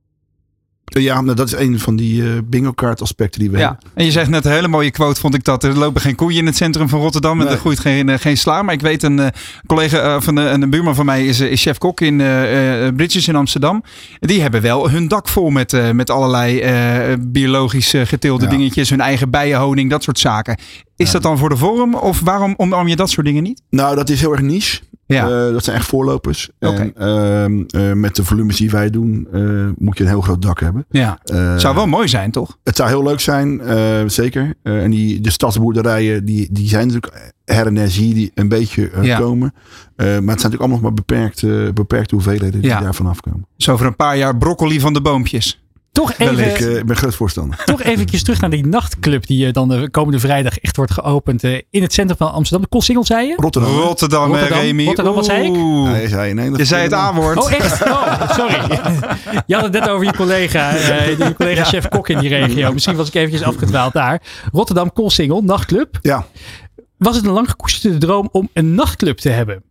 Ja, nou, dat is een van die uh, bingo-kaart aspecten die we ja. hebben. En je zegt net een hele mooie quote, vond ik dat. Er lopen geen koeien in het centrum van Rotterdam. En nee. Er groeit geen, uh, geen sla. Maar ik weet een uh, collega, uh, van uh, een buurman van mij is, uh, is chef-kok in uh, uh, Bridges in Amsterdam. Die hebben wel hun dak vol met, uh, met allerlei uh, biologisch uh, geteelde ja. dingetjes. Hun eigen bijenhoning, dat soort zaken. Is ja. dat dan voor de vorm? Of waarom omarm je dat soort dingen niet? Nou, dat is heel erg niche. Ja. Uh, dat zijn echt voorlopers. Okay. En uh, uh, met de volumes die wij doen, uh, moet je een heel groot dak hebben. Ja. Uh, zou wel mooi zijn, toch? Het zou heel leuk zijn, uh, zeker. Uh, en die, de stadsboerderijen, die, die zijn natuurlijk her en der zie je die een beetje uh, ja. komen. Uh, maar het zijn natuurlijk allemaal nog maar beperkte, beperkte hoeveelheden die ja. daarvan afkomen. Dus over een paar jaar broccoli van de boompjes. Toch even, ik uh, ben groot voorstander. Toch eventjes terug naar die nachtclub die uh, dan de komende vrijdag echt wordt geopend uh, in het centrum van Amsterdam. De Koolsingel, zei je? Rotterdam. Rotterdam, Rotterdam, Remy. Rotterdam, wat zei ik? Nee, zei je, nee, je zei het A-woord. Oh, echt? Oh, sorry. Je had het net over je collega, uh, je collega ja. chef kok in die regio. Misschien was ik eventjes afgedwaald daar. Rotterdam, Koolsingel, nachtclub. Ja. Was het een lang gekoesterde droom om een nachtclub te hebben?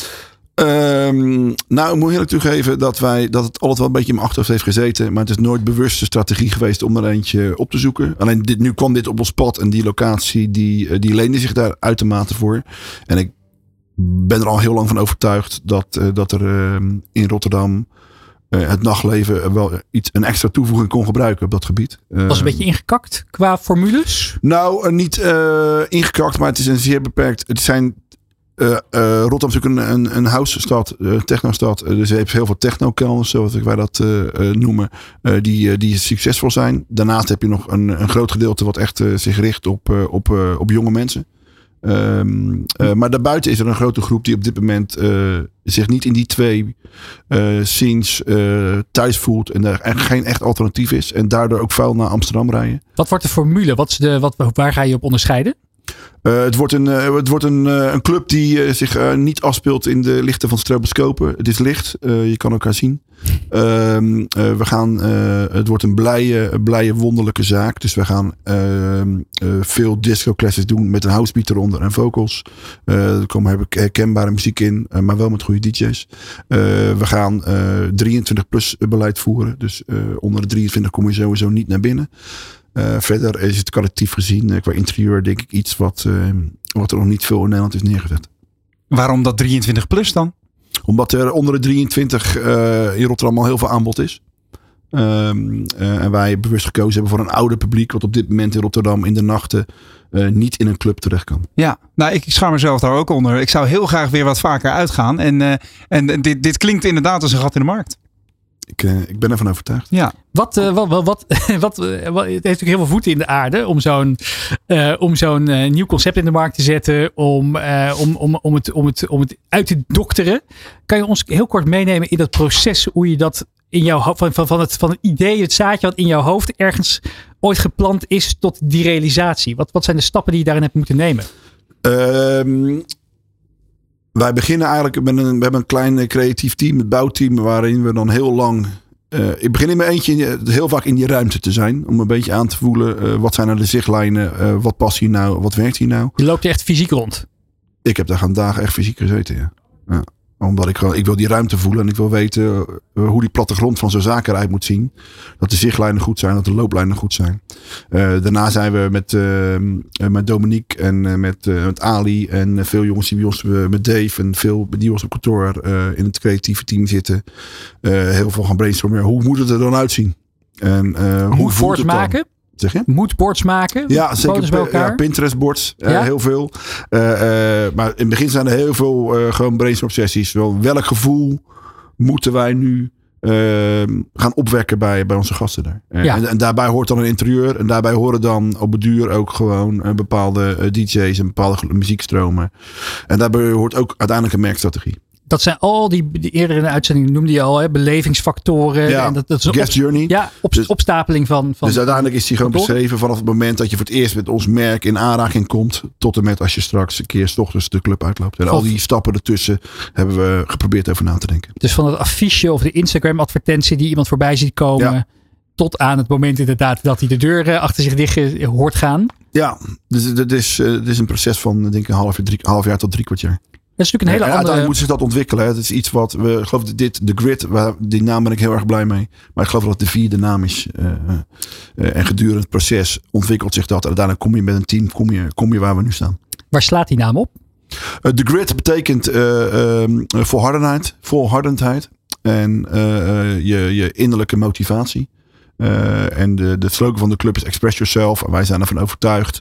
Um, nou, ik moet eerlijk toegeven dat, wij, dat het altijd wel een beetje in mijn achterhoofd heeft gezeten. Maar het is nooit bewust de strategie geweest om er eentje op te zoeken. Alleen dit, nu kwam dit op ons pad en die locatie die, die leende zich daar uitermate voor. En ik ben er al heel lang van overtuigd dat, uh, dat er uh, in Rotterdam uh, het nachtleven wel iets, een extra toevoeging kon gebruiken op dat gebied. Uh, Was een beetje ingekakt qua formules? Nou, uh, niet uh, ingekakt, maar het is een zeer beperkt. Het zijn Uh, uh, Rotterdam is natuurlijk een, een, een house-stad, een uh, techno-stad. Uh, dus je hebt heel veel techno-kelners, zoals wij dat uh, uh, noemen, uh, die, uh, die succesvol zijn. Daarnaast heb je nog een, een groot gedeelte wat echt uh, zich richt op, uh, op, uh, op jonge mensen. Um, uh, maar daarbuiten is er een grote groep die op dit moment uh, zich niet in die twee uh, scenes uh, thuis voelt en er geen echt alternatief is. En daardoor ook vuil naar Amsterdam rijden. Wat wordt de formule? Wat is de, wat, waar ga je op onderscheiden? Uh, het wordt, een, uh, het wordt een, uh, een club die uh, zich uh, niet afspeelt in de lichten van stroboscopen. Het is licht, uh, je kan elkaar zien. Uh, uh, we gaan, uh, het wordt een blije, blije, wonderlijke zaak. Dus we gaan uh, uh, veel disco classes doen met een housebeat eronder en vocals. Uh, er komen heb ik herkenbare muziek in, uh, maar wel met goede D J's. Uh, we gaan uh, drieëntwintig plus beleid voeren. Dus uh, onder de drieëntwintig kom je sowieso niet naar binnen. Uh, verder is het collectief gezien uh, qua interieur denk ik iets wat, uh, wat er nog niet veel in Nederland is neergezet. Waarom dat drieëntwintig plus dan? Omdat er onder de drieëntwintig uh, in Rotterdam al heel veel aanbod is. Um, uh, en wij bewust gekozen hebben voor een ouder publiek wat op dit moment in Rotterdam in de nachten uh, niet in een club terecht kan. Ja, nou ik schaam mezelf daar ook onder. Ik zou heel graag weer wat vaker uitgaan. En, uh, en dit, dit klinkt inderdaad als een gat in de markt. Ik, uh, ik ben ervan overtuigd. Ja. Wat, uh, wat, wat, wat, wat, wat, het heeft natuurlijk heel veel voeten in de aarde om zo'n, uh, om zo'n uh, nieuw concept in de markt te zetten. Om, uh, om, om, om, het, om, het, om het uit te dokteren. Kan je ons heel kort meenemen in dat proces? Hoe je dat in jouw hoofd, van, van, van, het, van het idee, het zaadje wat in jouw hoofd ergens ooit geplant is tot die realisatie. Wat, wat zijn de stappen die je daarin hebt moeten nemen? Um, wij beginnen eigenlijk met een, we hebben een klein creatief team, het bouwteam, waarin we dan heel lang... Uh, ik begin in mijn eentje heel vaak in die ruimte te zijn. Om een beetje aan te voelen. Uh, wat zijn nou de zichtlijnen? Uh, wat past hier nou? Wat werkt hier nou? Je loopt echt fysiek rond? Ik heb daar gaan dagen echt fysiek gezeten, ja. ja. Omdat ik gewoon, ik wil die ruimte voelen. En ik wil weten uh, hoe die plattegrond van zo'n zaak eruit moet zien. Dat de zichtlijnen goed zijn. Dat de looplijnen goed zijn. Uh, daarna zijn we met, uh, met Dominique en uh, met, uh, met Ali. En uh, veel jongens die bij ons, uh, met Dave. En veel die ons op kantoor uh, in het creatieve team zitten. Uh, heel veel gaan brainstormen. Hoe moet het er dan uitzien? En, uh, hoe voelt het maken? Dan? Zeg je? Moodboards maken? Ja, zeker. Bij ja, Pinterest boards. Uh, ja? Heel veel. Uh, uh, maar in het begin zijn er heel veel uh, gewoon brainstorm sessies. Wel, welk gevoel moeten wij nu uh, gaan opwekken bij, bij onze gasten daar? Uh, ja. en, en daarbij hoort dan een interieur. En daarbij horen dan op het duur ook gewoon uh, bepaalde uh, D J's en bepaalde muziekstromen. En daarbij hoort ook uiteindelijk een merkstrategie. Dat zijn al die, die eerdere in de uitzending noemde je al, hè, belevingsfactoren. Ja, en dat, dat is guest op, journey. Ja, op, dus, opstapeling van, van... Dus uiteindelijk is die gewoon beschreven vanaf het moment dat je voor het eerst met ons merk in aanraking komt. Tot en met als je straks een keer 's ochtends de club uitloopt. En God. Al die stappen ertussen hebben we geprobeerd over na te denken. Dus van het affiche of de Instagram advertentie die iemand voorbij ziet komen. Ja. Tot aan het moment inderdaad dat hij de deur achter zich dicht hoort gaan. Ja, dus het is, het is een proces van denk ik een half jaar, drie, half jaar tot drie kwartier. Dat is natuurlijk een hele ja, andere... moet zich dat ontwikkelen. Het is iets wat we, ik geloof dat dit, de grid, waar, die naam ben ik heel erg blij mee. Maar ik geloof dat de vierde naam is. Uh, uh, en gedurende het proces ontwikkelt zich dat. En uiteindelijk kom je met een team, kom je, kom je waar we nu staan. Waar slaat die naam op? Uh, de grid betekent uh, uh, volhardenheid, volhardendheid. En uh, uh, je, je innerlijke motivatie. Uh, en de, de slogan van de club is Express Yourself. En wij zijn ervan overtuigd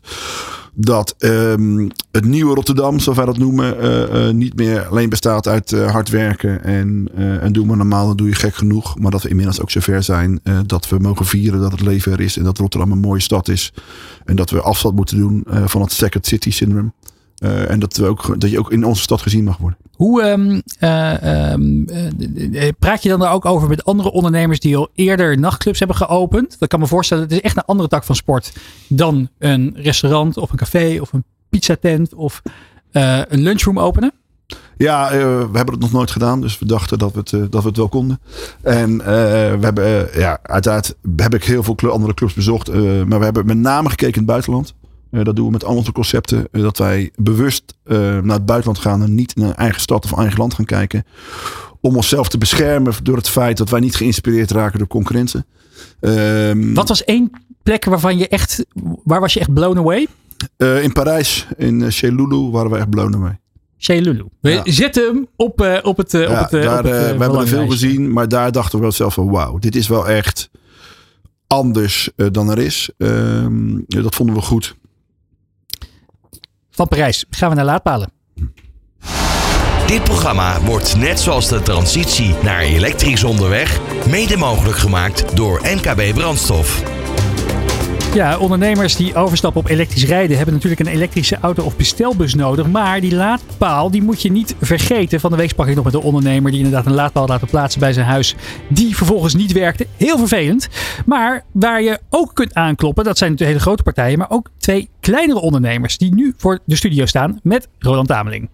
dat um, het nieuwe Rotterdam, zoals wij dat noemen, uh, uh, niet meer alleen bestaat uit uh, hard werken en, uh, en doe maar normaal, dan doe je gek genoeg. Maar dat we inmiddels ook zover zijn uh, dat we mogen vieren dat het leven er is en dat Rotterdam een mooie stad is. En dat we afstand moeten doen uh, van het Second City Syndrome. Uh, en dat, we ook, dat je ook in onze stad gezien mag worden. Hoe um, uh, um, uh, praat je dan er ook over met andere ondernemers die al eerder nachtclubs hebben geopend? Dat kan me voorstellen, het is echt een andere tak van sport dan een restaurant of een café of een pizzatent of uh, een lunchroom openen. Ja, uh, we hebben het nog nooit gedaan. Dus we dachten dat we het, uh, dat we het wel konden. En uh, we hebben, uh, ja, uiteraard heb ik heel veel cl- andere clubs bezocht. Uh, maar we hebben met name gekeken in het buitenland. Uh, dat doen we met al onze concepten. Uh, dat wij bewust uh, naar het buitenland gaan en niet naar eigen stad of eigen land gaan kijken. Om onszelf te beschermen door het feit dat wij niet geïnspireerd raken door concurrenten. Uh, Wat was één plek waarvan je echt, waar was je echt blown away? Uh, in Parijs, in uh, Chez Loulou, waren we echt blown away. Chez Loulou. We ja. zetten hem op, uh, op het... Uh, ja, op het, uh, daar, op het uh, we hebben er veel gezien, maar daar dachten we wel zelf van wauw, dit is wel echt anders uh, dan er is. Uh, dat vonden we goed. Van Parijs gaan we naar Laadpalen. Dit programma wordt net zoals de transitie naar elektrisch onderweg mede mogelijk gemaakt door N K B Brandstof. Ja, ondernemers die overstappen op elektrisch rijden hebben natuurlijk een elektrische auto of bestelbus nodig. Maar die laadpaal die moet je niet vergeten. Van de week sprak ik nog met een ondernemer die inderdaad een laadpaal laten plaatsen bij zijn huis. Die vervolgens niet werkte. Heel vervelend. Maar waar je ook kunt aankloppen, dat zijn natuurlijk hele grote partijen. Maar ook twee kleinere ondernemers die nu voor de studio staan met Roland Ameling.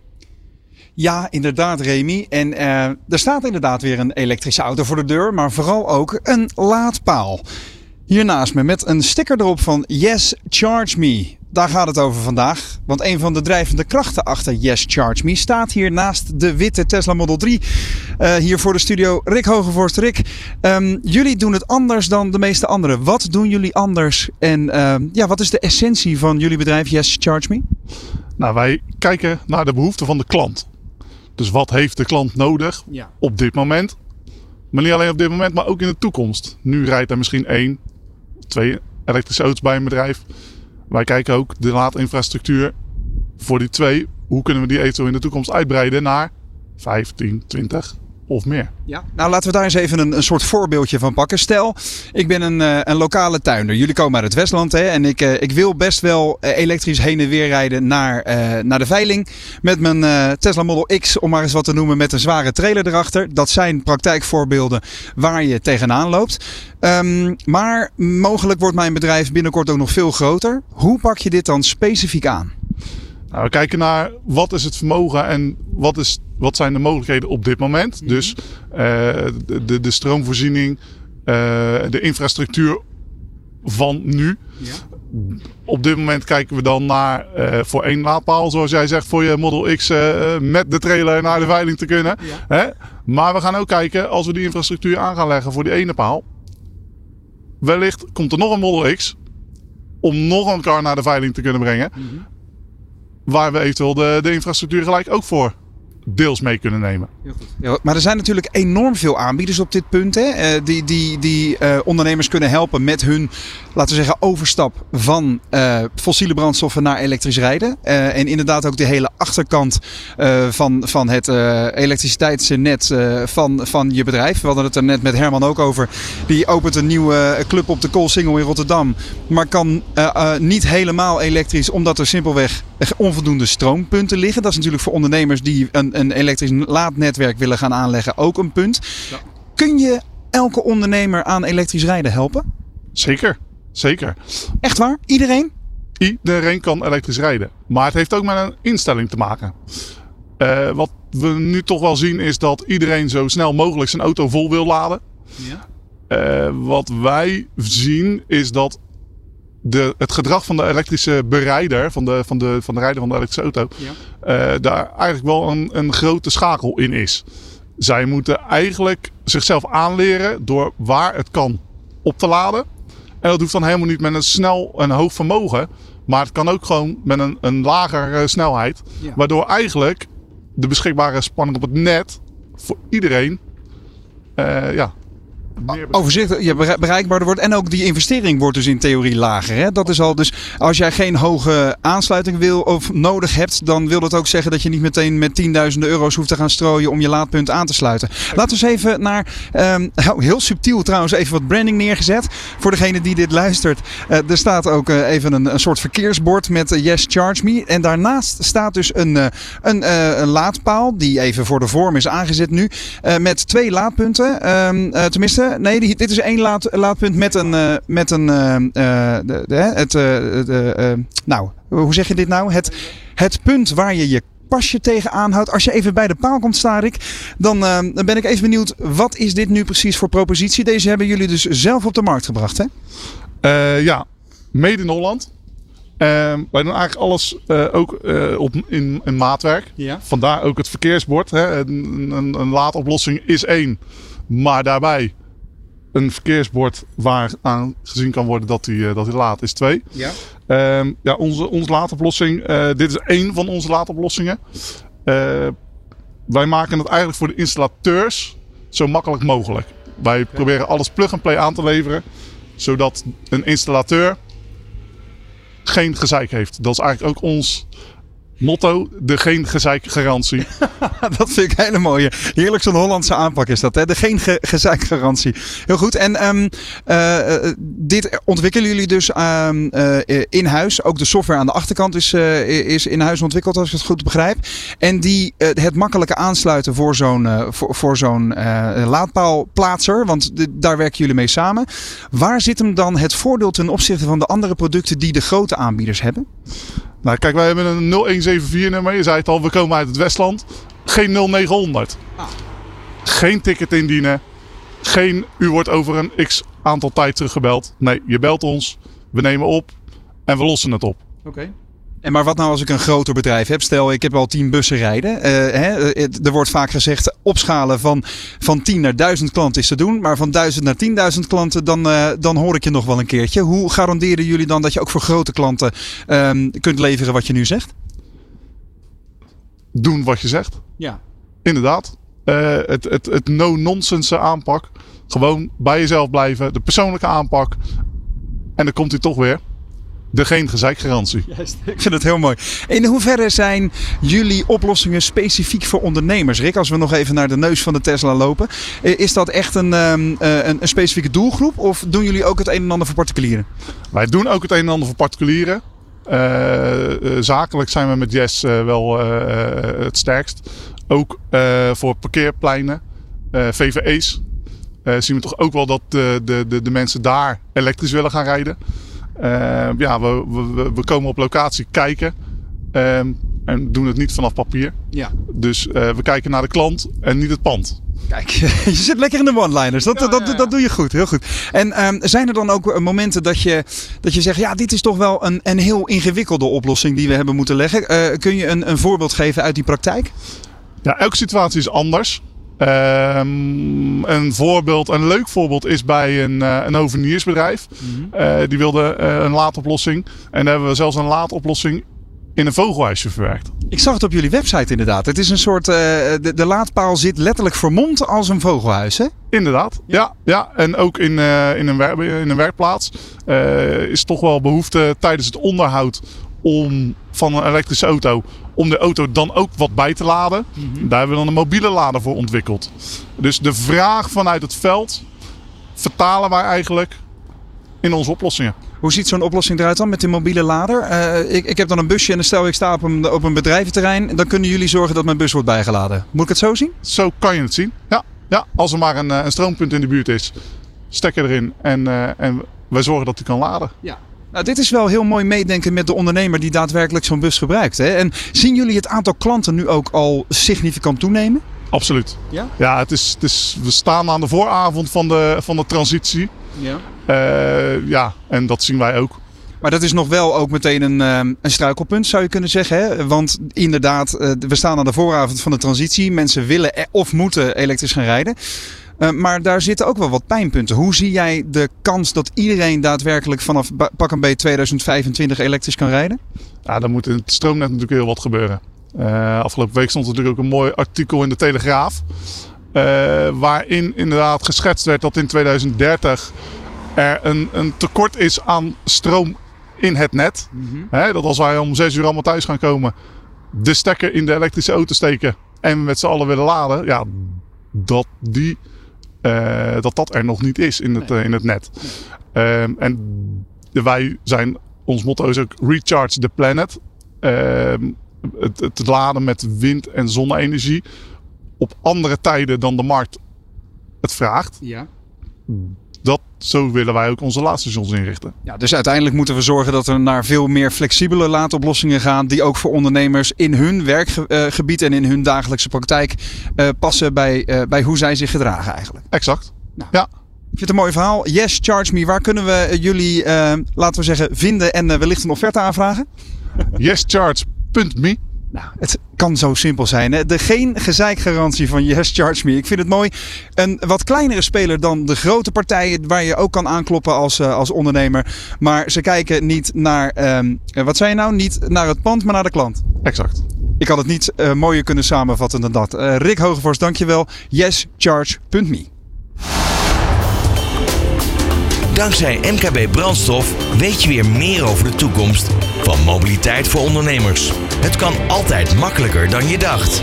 Ja, inderdaad, Remy. En uh, er staat inderdaad weer een elektrische auto voor de deur. Maar vooral ook een laadpaal. Hier naast me met een sticker erop van Yes, Charge Me. Daar gaat het over vandaag. Want een van de drijvende krachten achter Yes, Charge Me staat hier naast de witte Tesla Model drie. Uh, hier voor de studio Rick Hogevorst. Rick, um, jullie doen het anders dan de meeste anderen. Wat doen jullie anders? En uh, ja, wat is de essentie van jullie bedrijf Yes, Charge Me? Nou, wij kijken naar de behoeften van de klant. Dus wat heeft de klant nodig ja. op dit moment? Maar niet alleen op dit moment, maar ook in de toekomst. Nu rijdt er misschien één, twee elektrische auto's bij een bedrijf. Wij kijken ook de laadinfrastructuur voor die twee. Hoe kunnen we die eventueel in de toekomst uitbreiden naar vijftien, twintig of meer? Ja, nou laten we daar eens even een, een soort voorbeeldje van pakken. Stel, ik ben een, uh, een lokale tuinder. Jullie komen uit het Westland hè, en ik, uh, ik wil best wel uh, elektrisch heen en weer rijden naar, uh, naar de veiling. Met mijn uh, Tesla Model X, om maar eens wat te noemen, met een zware trailer erachter. Dat zijn praktijkvoorbeelden waar je tegenaan loopt. Um, maar mogelijk wordt mijn bedrijf binnenkort ook nog veel groter. Hoe pak je dit dan specifiek aan? Nou, we kijken naar wat is het vermogen en wat, is, wat zijn de mogelijkheden op dit moment. Mm-hmm. Dus uh, de, de, de stroomvoorziening, uh, de infrastructuur van nu. Ja. Op dit moment kijken we dan naar uh, voor één laadpaal, zoals jij zegt, voor je Model X uh, met de trailer naar de veiling te kunnen. Ja. Hè? Maar we gaan ook kijken, als we die infrastructuur aan gaan leggen voor die ene paal. Wellicht komt er nog een Model X om nog een car naar de veiling te kunnen brengen. Mm-hmm. Waar we eventueel de, de infrastructuur gelijk ook voor deels mee kunnen nemen. Heel goed. Ja, maar er zijn natuurlijk enorm veel aanbieders op dit punt. Hè? Uh, die die, die uh, ondernemers kunnen helpen met hun, laten we zeggen, overstap van uh, fossiele brandstoffen naar elektrisch rijden. Uh, en inderdaad ook de hele achterkant uh, van, van het uh, elektriciteitsnet uh, van, van je bedrijf. We hadden het er net met Herman ook over. Die opent een nieuwe club op de Koolsingel in Rotterdam. Maar kan uh, uh, niet helemaal elektrisch, omdat er simpelweg onvoldoende stroompunten liggen. Dat is natuurlijk voor ondernemers die een, een elektrisch laadnetwerk willen gaan aanleggen ook een punt. Ja. Kun je elke ondernemer aan elektrisch rijden helpen? Zeker, zeker. Echt waar? Iedereen? Iedereen kan elektrisch rijden. Maar het heeft ook met een instelling te maken. Uh, wat we nu toch wel zien is dat iedereen zo snel mogelijk zijn auto vol wil laden. Ja. Uh, wat wij zien is dat De, het gedrag van de elektrische berijder, van de, van de, van de rijder van de elektrische auto, ja. uh, daar eigenlijk wel een, een grote schakel in is. Zij moeten eigenlijk zichzelf aanleren door waar het kan op te laden. En dat hoeft dan helemaal niet met een snel en hoog vermogen, maar het kan ook gewoon met een, een lagere snelheid. Ja. Waardoor eigenlijk de beschikbare spanning op het net voor iedereen uh, ja, overzichtelijk, ja, bereikbaarder wordt. En ook die investering wordt dus in theorie lager. Hè? Dat is al. Dus als jij geen hoge aansluiting wil of nodig hebt, dan wil dat ook zeggen dat je niet meteen met tienduizenden euro's hoeft te gaan strooien om je laadpunt aan te sluiten. Laten we eens even naar, um, heel subtiel trouwens, even wat branding neergezet. Voor degene die dit luistert. Uh, er staat ook uh, even een, een soort verkeersbord met uh, Yes Charge Me. En daarnaast staat dus een, uh, een, uh, een laadpaal die even voor de vorm is aangezet nu. Uh, met twee laadpunten. Um, uh, tenminste, nee, die, dit is één laad, laadpunt met een, uh, met een uh, uh, de, de, het, uh, de, uh, nou, hoe zeg je dit nou? Het, het punt waar je je pasje tegen aanhoudt. Als je even bij de paal komt staan, Rick, dan, uh, dan ben ik even benieuwd, wat is dit nu precies voor propositie? Deze hebben jullie dus zelf op de markt gebracht, hè? Uh, ja, made in Holland. Uh, wij doen eigenlijk alles uh, ook uh, op, in, in maatwerk. Ja. Vandaar ook het verkeersbord. Hè. Een, een, een laadoplossing is één. Maar daarbij een verkeersbord waar aan gezien kan worden dat die, uh, dat die laad is twee. Ja. Uh, ja, onze, onze laadoplossing. Uh, dit is één van onze laadoplossingen. Uh, wij maken het eigenlijk voor de installateurs zo makkelijk mogelijk. Wij okay. proberen alles plug-and-play aan te leveren. Zodat een installateur geen gezeik heeft. Dat is eigenlijk ook ons motto. De geen gezeik garantie. Dat vind ik een hele mooie. Heerlijk zo'n Hollandse aanpak is dat. Hè? De geen ge- gezeik garantie. Heel goed. En um, uh, dit ontwikkelen jullie dus um, uh, in huis. Ook de software aan de achterkant is, uh, is in huis ontwikkeld, als ik het goed begrijp. En die, uh, het makkelijke aansluiten voor zo'n, uh, voor, voor zo'n uh, laadpaalplaatser. Want de, daar werken jullie mee samen. Waar zit hem dan het voordeel ten opzichte van de andere producten die de grote aanbieders hebben? Nou, kijk, wij hebben een nul een zeven vier nummer. Je zei het al, we komen uit het Westland. Geen nul negen honderd. Ah. Geen ticket indienen. Geen, u wordt over een x aantal tijd teruggebeld. Nee, je belt ons. We nemen op. En we lossen het op. Oké. Okay. En maar wat nou als ik een groter bedrijf heb? Stel, ik heb al tien bussen rijden. Uh, hè, er wordt vaak gezegd, opschalen van, van tien naar duizend klanten is te doen. Maar van duizend naar tienduizend klanten, dan, uh, dan hoor ik je nog wel een keertje. Hoe garanderen jullie dan dat je ook voor grote klanten um, kunt leveren wat je nu zegt? Doen wat je zegt. Ja. Inderdaad. Uh, het het, het no-nonsense aanpak. Gewoon bij jezelf blijven. De persoonlijke aanpak. En dan komt hij toch weer. De geen gezeikgarantie. Juist, ik vind het heel mooi. In hoeverre zijn jullie oplossingen specifiek voor ondernemers? Rick, als we nog even naar de neus van de Tesla lopen. Is dat echt een, um, een, een specifieke doelgroep? Of doen jullie ook het een en ander voor particulieren? Wij doen ook het een en ander voor particulieren. Uh, uh, zakelijk zijn we met Yes uh, wel uh, het sterkst. Ook uh, voor parkeerpleinen, uh, V V E's. Uh, zien we toch ook wel dat de, de, de, de mensen daar elektrisch willen gaan rijden. Uh, ja, we, we, we komen op locatie kijken um, en doen het niet vanaf papier. Ja. Dus uh, we kijken naar de klant en niet het pand. Kijk, je zit lekker in de one-liners. Dat, ja, dat, ja, ja. dat doe je goed, heel goed. En um, zijn er dan ook momenten dat je, dat je zegt, ja, dit is toch wel een, een heel ingewikkelde oplossing die we hebben moeten leggen. Uh, kun je een, een voorbeeld geven uit die praktijk? Ja, elke situatie is anders. Um, een voorbeeld, een leuk voorbeeld is bij een, uh, een hoveniersbedrijf. Mm-hmm. Uh, die wilde uh, een laadoplossing. En daar hebben we zelfs een laadoplossing in een vogelhuisje verwerkt. Ik zag het op jullie website inderdaad. Het is een soort, uh, de, de laadpaal zit letterlijk vermomd als een vogelhuis, hè? Inderdaad, ja. ja, ja. En ook in, uh, in, een wer- in een werkplaats uh, is toch wel behoefte tijdens het onderhoud om, van een elektrische auto, om de auto dan ook wat bij te laden. Mm-hmm. Daar hebben we dan een mobiele lader voor ontwikkeld. Dus de vraag vanuit het veld vertalen wij eigenlijk in onze oplossingen. Hoe ziet zo'n oplossing eruit dan met die mobiele lader? Uh, ik, ik heb dan een busje en dan stel ik sta op een, op een bedrijventerrein. Dan kunnen jullie zorgen dat mijn bus wordt bijgeladen. Moet ik het zo zien? Zo kan je het zien, ja. ja als er maar een, een stroompunt in de buurt is, stekker erin en, uh, en wij zorgen dat hij kan laden. Ja. Nou, dit is wel heel mooi meedenken met de ondernemer die daadwerkelijk zo'n bus gebruikt. Hè? En zien jullie het aantal klanten nu ook al significant toenemen? Absoluut. Ja, ja het is, het is, we staan aan de vooravond van de, van de transitie. Ja. Uh, ja, en dat zien wij ook. Maar dat is nog wel ook meteen een, um, een struikelpunt, zou je kunnen zeggen. Hè? Want inderdaad, uh, we staan aan de vooravond van de transitie. Mensen willen of moeten elektrisch gaan rijden. Uh, maar daar zitten ook wel wat pijnpunten. Hoe zie jij de kans dat iedereen daadwerkelijk vanaf pak een beetje tweeduizend vijfentwintig elektrisch kan rijden? Ja, dan moet in het stroomnet natuurlijk heel wat gebeuren. Uh, afgelopen week stond er natuurlijk ook een mooi artikel in de Telegraaf. Uh, waarin inderdaad geschetst werd dat in tweeduizend dertig er een, een tekort is aan stroom in het net. Mm-hmm. He, dat als wij om zes uur allemaal thuis gaan komen, de stekker in de elektrische auto steken en met z'n allen willen laden. Ja, dat, die, uh, dat dat er nog niet is in het, nee. uh, in het net. Nee. Um, en wij zijn, ons motto is ook Recharge the Planet. Um, het, het laden met wind- en zonne-energie op andere tijden dan de markt het vraagt. Ja. Dat, zo willen wij ook onze laadstations inrichten. Ja, dus uiteindelijk moeten we zorgen dat we naar veel meer flexibele laadoplossingen gaan. Die ook voor ondernemers in hun werkgebied en in hun dagelijkse praktijk uh, passen bij, uh, bij hoe zij zich gedragen eigenlijk. Exact. Nou, ja. Ik vind het een mooi verhaal. Yes, Charge Me. Waar kunnen we jullie, uh, laten we zeggen, vinden en uh, wellicht een offerte aanvragen? yes charge punt me. Nou, het kan zo simpel zijn. Hè? De geen gezeikgarantie van Yes Charge Me. Ik vind het mooi. Een wat kleinere speler dan de grote partijen waar je ook kan aankloppen als, uh, als ondernemer. Maar ze kijken niet naar, um, wat zei je nou? Niet naar het pand, maar naar de klant. Exact. Ik had het niet uh, mooier kunnen samenvatten dan dat. Uh, Rick Hogevorst, dankjewel. yes charge punt me. Dankzij M K B Brandstof weet je weer meer over de toekomst van mobiliteit voor ondernemers. Het kan altijd makkelijker dan je dacht.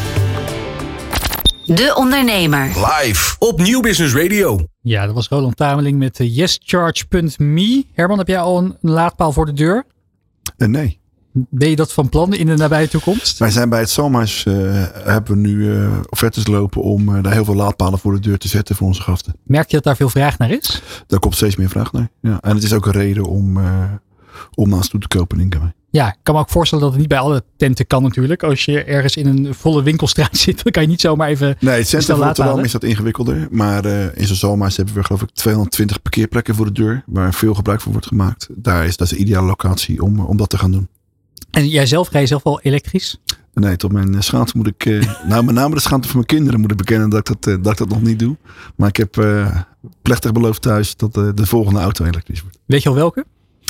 De Ondernemer. Live op Nieuw Business Radio. Ja, dat was Roland Tameling met yes charge punt me. Herman, heb jij al een laadpaal voor de deur? Uh, nee. Ben je dat van plan in de nabije toekomst? Wij zijn bij het Salmhuis, uh, hebben we nu uh, offertes lopen om uh, daar heel veel laadpalen voor de deur te zetten voor onze gasten. Merk je dat daar veel vraag naar is? Daar komt steeds meer vraag naar. Ja. En het is ook een reden om, uh, om naast toe te kopen, denk ik. Ja, ik kan me ook voorstellen dat het niet bij alle tenten kan natuurlijk. Als je ergens in een volle winkelstraat zit, dan kan je niet zomaar even... Nee, het centrum van Rotterdam is dat ingewikkelder. Maar uh, in zo'n Salmhuis hebben we geloof ik tweehonderdtwintig parkeerplekken voor de deur. Waar veel gebruik van wordt gemaakt. Daar is dat de ideale locatie om, om dat te gaan doen. En jij zelf, rij je zelf wel elektrisch? Nee, tot mijn schaamte moet ik... Uh, nou, met name de schaamte van mijn kinderen moet ik bekennen dat ik dat, uh, dat, ik dat nog niet doe. Maar ik heb uh, plechtig beloofd thuis dat uh, de volgende auto elektrisch wordt. Weet je al welke?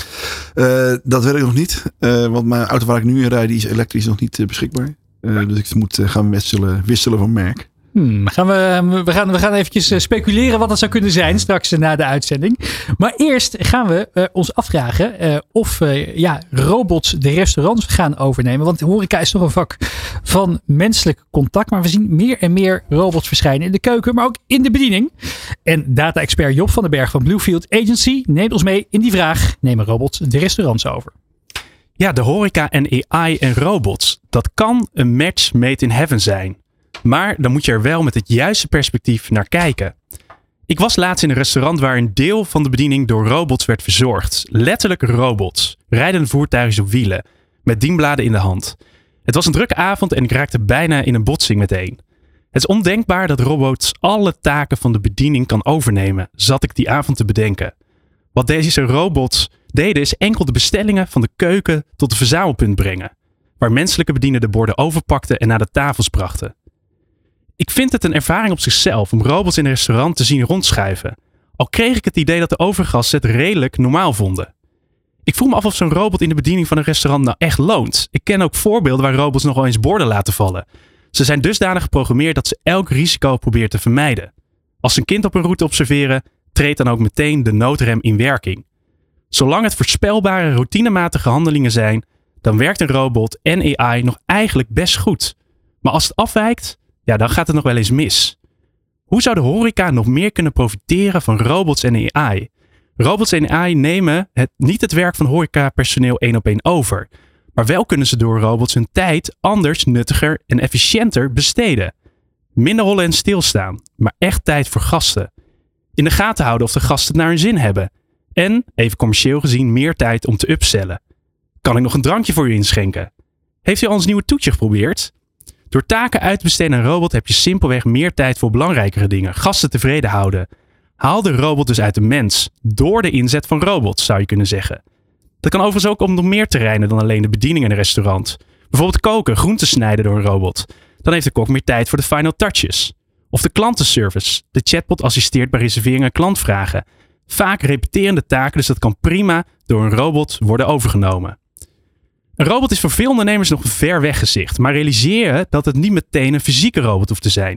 Uh, dat weet ik nog niet. Uh, want mijn auto waar ik nu in rijd, die is elektrisch nog niet uh, beschikbaar. Uh, dus ik moet uh, gaan wisselen, wisselen van merk. Hmm, gaan we, we, gaan, we gaan eventjes speculeren wat dat zou kunnen zijn straks na de uitzending. Maar eerst gaan we uh, ons afvragen uh, of uh, ja, robots de restaurants gaan overnemen. Want horeca is toch een vak van menselijk contact. Maar we zien meer en meer robots verschijnen in de keuken, maar ook in de bediening. En data-expert Job van den Berg van Bluefield Agency neemt ons mee in die vraag: nemen robots de restaurants over? Ja, de horeca en A I en robots. Dat kan een match made in heaven zijn. Maar dan moet je er wel met het juiste perspectief naar kijken. Ik was laatst in een restaurant waar een deel van de bediening door robots werd verzorgd. Letterlijk robots. Rijdende voertuigen op wielen. Met dienbladen in de hand. Het was een drukke avond en ik raakte bijna in een botsing meteen. Het is ondenkbaar dat robots alle taken van de bediening kan overnemen, zat ik die avond te bedenken. Wat deze robots deden is enkel de bestellingen van de keuken tot het verzamelpunt brengen. Waar menselijke bedienden de borden overpakten en naar de tafels brachten. Ik vind het een ervaring op zichzelf om robots in een restaurant te zien rondschuiven. Al kreeg ik het idee dat de overgasten het redelijk normaal vonden. Ik vroeg me af of zo'n robot in de bediening van een restaurant nou echt loont. Ik ken ook voorbeelden waar robots nogal eens borden laten vallen. Ze zijn dusdanig geprogrammeerd dat ze elk risico proberen te vermijden. Als ze een kind op een route observeren, treedt dan ook meteen de noodrem in werking. Zolang het voorspelbare, routinematige handelingen zijn, dan werkt een robot en A I nog eigenlijk best goed. Maar als het afwijkt, ja, dan gaat het nog wel eens mis. Hoe zou de horeca nog meer kunnen profiteren van robots en A I? Robots en A I nemen het, niet het werk van horecapersoneel één op één over. Maar wel kunnen ze door robots hun tijd anders, nuttiger en efficiënter besteden. Minder rollen en stilstaan, maar echt tijd voor gasten. In de gaten houden of de gasten het naar hun zin hebben. En, even commercieel gezien, meer tijd om te upsellen. Kan ik nog een drankje voor u inschenken? Heeft u al ons nieuwe toetje geprobeerd? Door taken uit te besteden aan een robot heb je simpelweg meer tijd voor belangrijkere dingen. Gasten tevreden houden. Haal de robot dus uit de mens. Door de inzet van robots, zou je kunnen zeggen. Dat kan overigens ook om nog meer terreinen dan alleen de bediening in een restaurant. Bijvoorbeeld koken, groenten snijden door een robot. Dan heeft de kok meer tijd voor de final touches. Of de klantenservice. De chatbot assisteert bij reserveringen en klantvragen. Vaak repeterende taken, dus dat kan prima door een robot worden overgenomen. Een robot is voor veel ondernemers nog een ver weg gezicht, maar realiseer je dat het niet meteen een fysieke robot hoeft te zijn.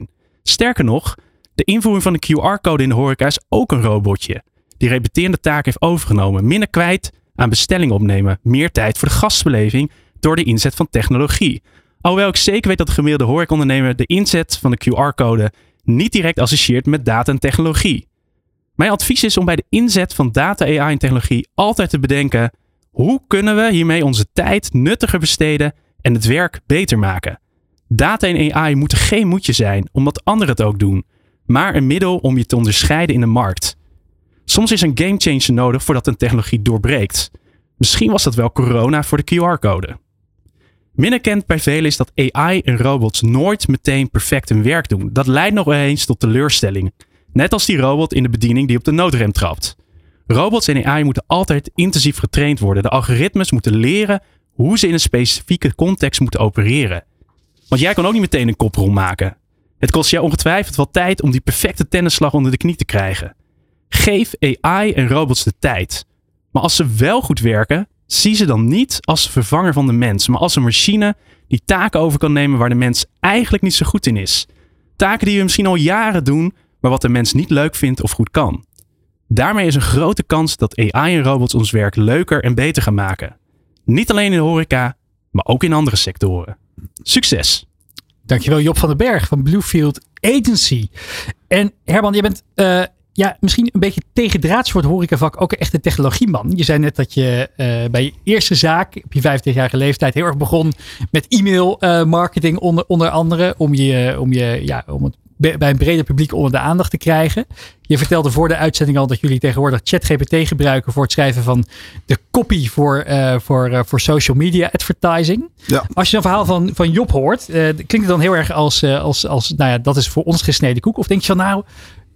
Sterker nog, de invoering van de Q R-code in de horeca is ook een robotje. Die repeterende taak heeft overgenomen. Minder kwijt aan bestellingen opnemen. Meer tijd voor de gastbeleving door de inzet van technologie. Alhoewel ik zeker weet dat de gemiddelde horecaondernemer de inzet van de Q R-code niet direct associeert met data en technologie. Mijn advies is om bij de inzet van data, A I en technologie altijd te bedenken: hoe kunnen we hiermee onze tijd nuttiger besteden en het werk beter maken? Data en A I moeten geen moedje zijn omdat anderen het ook doen, maar een middel om je te onderscheiden in de markt. Soms is een gamechanger nodig voordat een technologie doorbreekt. Misschien was dat wel corona voor de Q R-code. Minder kend bij velen is dat A I en robots nooit meteen perfect hun werk doen. Dat leidt nog eens tot teleurstelling. Net als die robot in de bediening die op de noodrem trapt. Robots en A I moeten altijd intensief getraind worden. De algoritmes moeten leren hoe ze in een specifieke context moeten opereren. Want jij kan ook niet meteen een koprol maken. Het kost jou ongetwijfeld wel tijd om die perfecte tennisslag onder de knie te krijgen. Geef A I en robots de tijd. Maar als ze wel goed werken, zie ze dan niet als vervanger van de mens, maar als een machine die taken over kan nemen waar de mens eigenlijk niet zo goed in is. Taken die we misschien al jaren doen, maar wat de mens niet leuk vindt of goed kan. Daarmee is een grote kans dat A I en robots ons werk leuker en beter gaan maken. Niet alleen in de horeca, maar ook in andere sectoren. Succes! Dankjewel Job van den Berg van Bluefield Agency. En Herman, je bent uh, ja, misschien een beetje tegendraads voor het horecavak ook echt een technologieman. Je zei net dat je uh, bij je eerste zaak op je vijfentwintigjarige leeftijd heel erg begon met e-mail uh, marketing onder, onder andere. Om, je, om, je, ja, om het bij een breder publiek onder de aandacht te krijgen. Je vertelde voor de uitzending al dat jullie tegenwoordig ChatGPT gebruiken voor het schrijven van de copy voor, uh, voor, uh, voor social media advertising. Ja. Als je een verhaal van, van Job hoort, uh, klinkt het dan heel erg als, uh, als, als, nou ja, dat is voor ons gesneden koek? Of denk je van nou,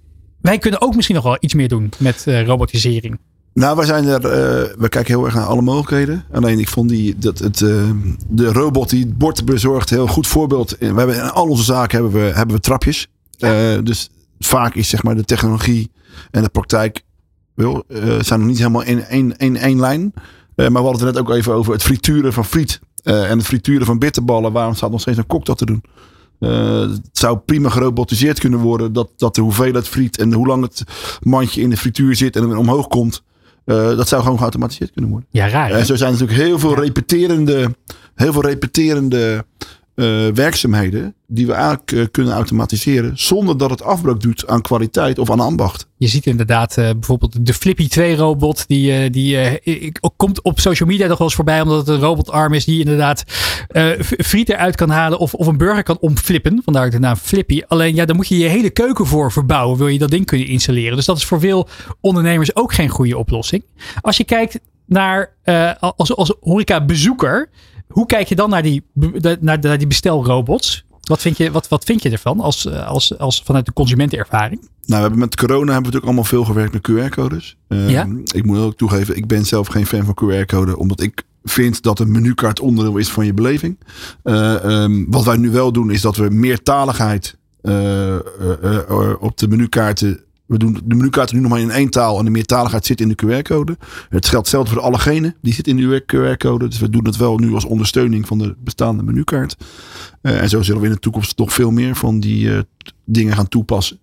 wij kunnen ook misschien nog wel iets meer doen met uh, robotisering? Nou, wij zijn er, uh, we kijken heel erg naar alle mogelijkheden. Alleen ik vond die, dat het, uh, de robot die het bord bezorgt, heel goed voorbeeld. We hebben in al onze zaken hebben we, hebben we trapjes. Uh, dus vaak is zeg maar de technologie en de praktijk wel, uh, zijn nog niet helemaal in één, in één lijn. Uh, maar we hadden het net ook even over het frituren van friet. Uh, en het frituren van bitterballen. Waarom staat nog steeds een kok dat te doen? Uh, het zou prima gerobotiseerd kunnen worden. Dat, dat de hoeveelheid friet en hoe lang het mandje in de frituur zit en weer omhoog komt. Uh, dat zou gewoon geautomatiseerd kunnen worden. Ja, raar. En uh, zo zijn er natuurlijk heel veel ja. repeterende, heel veel repeterende uh, werkzaamheden die we eigenlijk uh, kunnen automatiseren zonder dat het afbreuk doet aan kwaliteit of aan ambacht. Je ziet inderdaad uh, bijvoorbeeld de Flippy twee robot die, uh, die uh, komt op social media nog wel eens voorbij omdat het een robotarm is die inderdaad uh, friet eruit kan halen of, of een burger kan omflippen. Vandaar ook de naam Flippy. Alleen ja, dan moet je je hele keuken voor verbouwen. Wil je dat ding kunnen installeren. Dus dat is voor veel ondernemers ook geen goede oplossing. Als je kijkt naar uh, als, als horeca bezoeker, hoe kijk je dan naar die, naar, naar die bestelrobots? Wat vind je, wat, wat vind je ervan als, als, als vanuit de consumentenervaring? Nou, we hebben met corona hebben we natuurlijk allemaal veel gewerkt met Q R-codes. Uh, ja? Ik moet ook toegeven, ik ben zelf geen fan van Q R-code. Omdat ik vind dat een menukaart onderdeel is van je beleving. Uh, um, wat wij nu wel doen is dat we meertaligheid uh, uh, uh, op de menukaarten. We doen de menukaarten nu nog maar in één taal en de meertaligheid zit in de Q R-code. Het geldt hetzelfde voor de allergenen. Die zit in de Q R-code. Dus we doen het wel nu als ondersteuning van de bestaande menukaart. Uh, en zo zullen we in de toekomst nog veel meer van die uh, dingen gaan toepassen.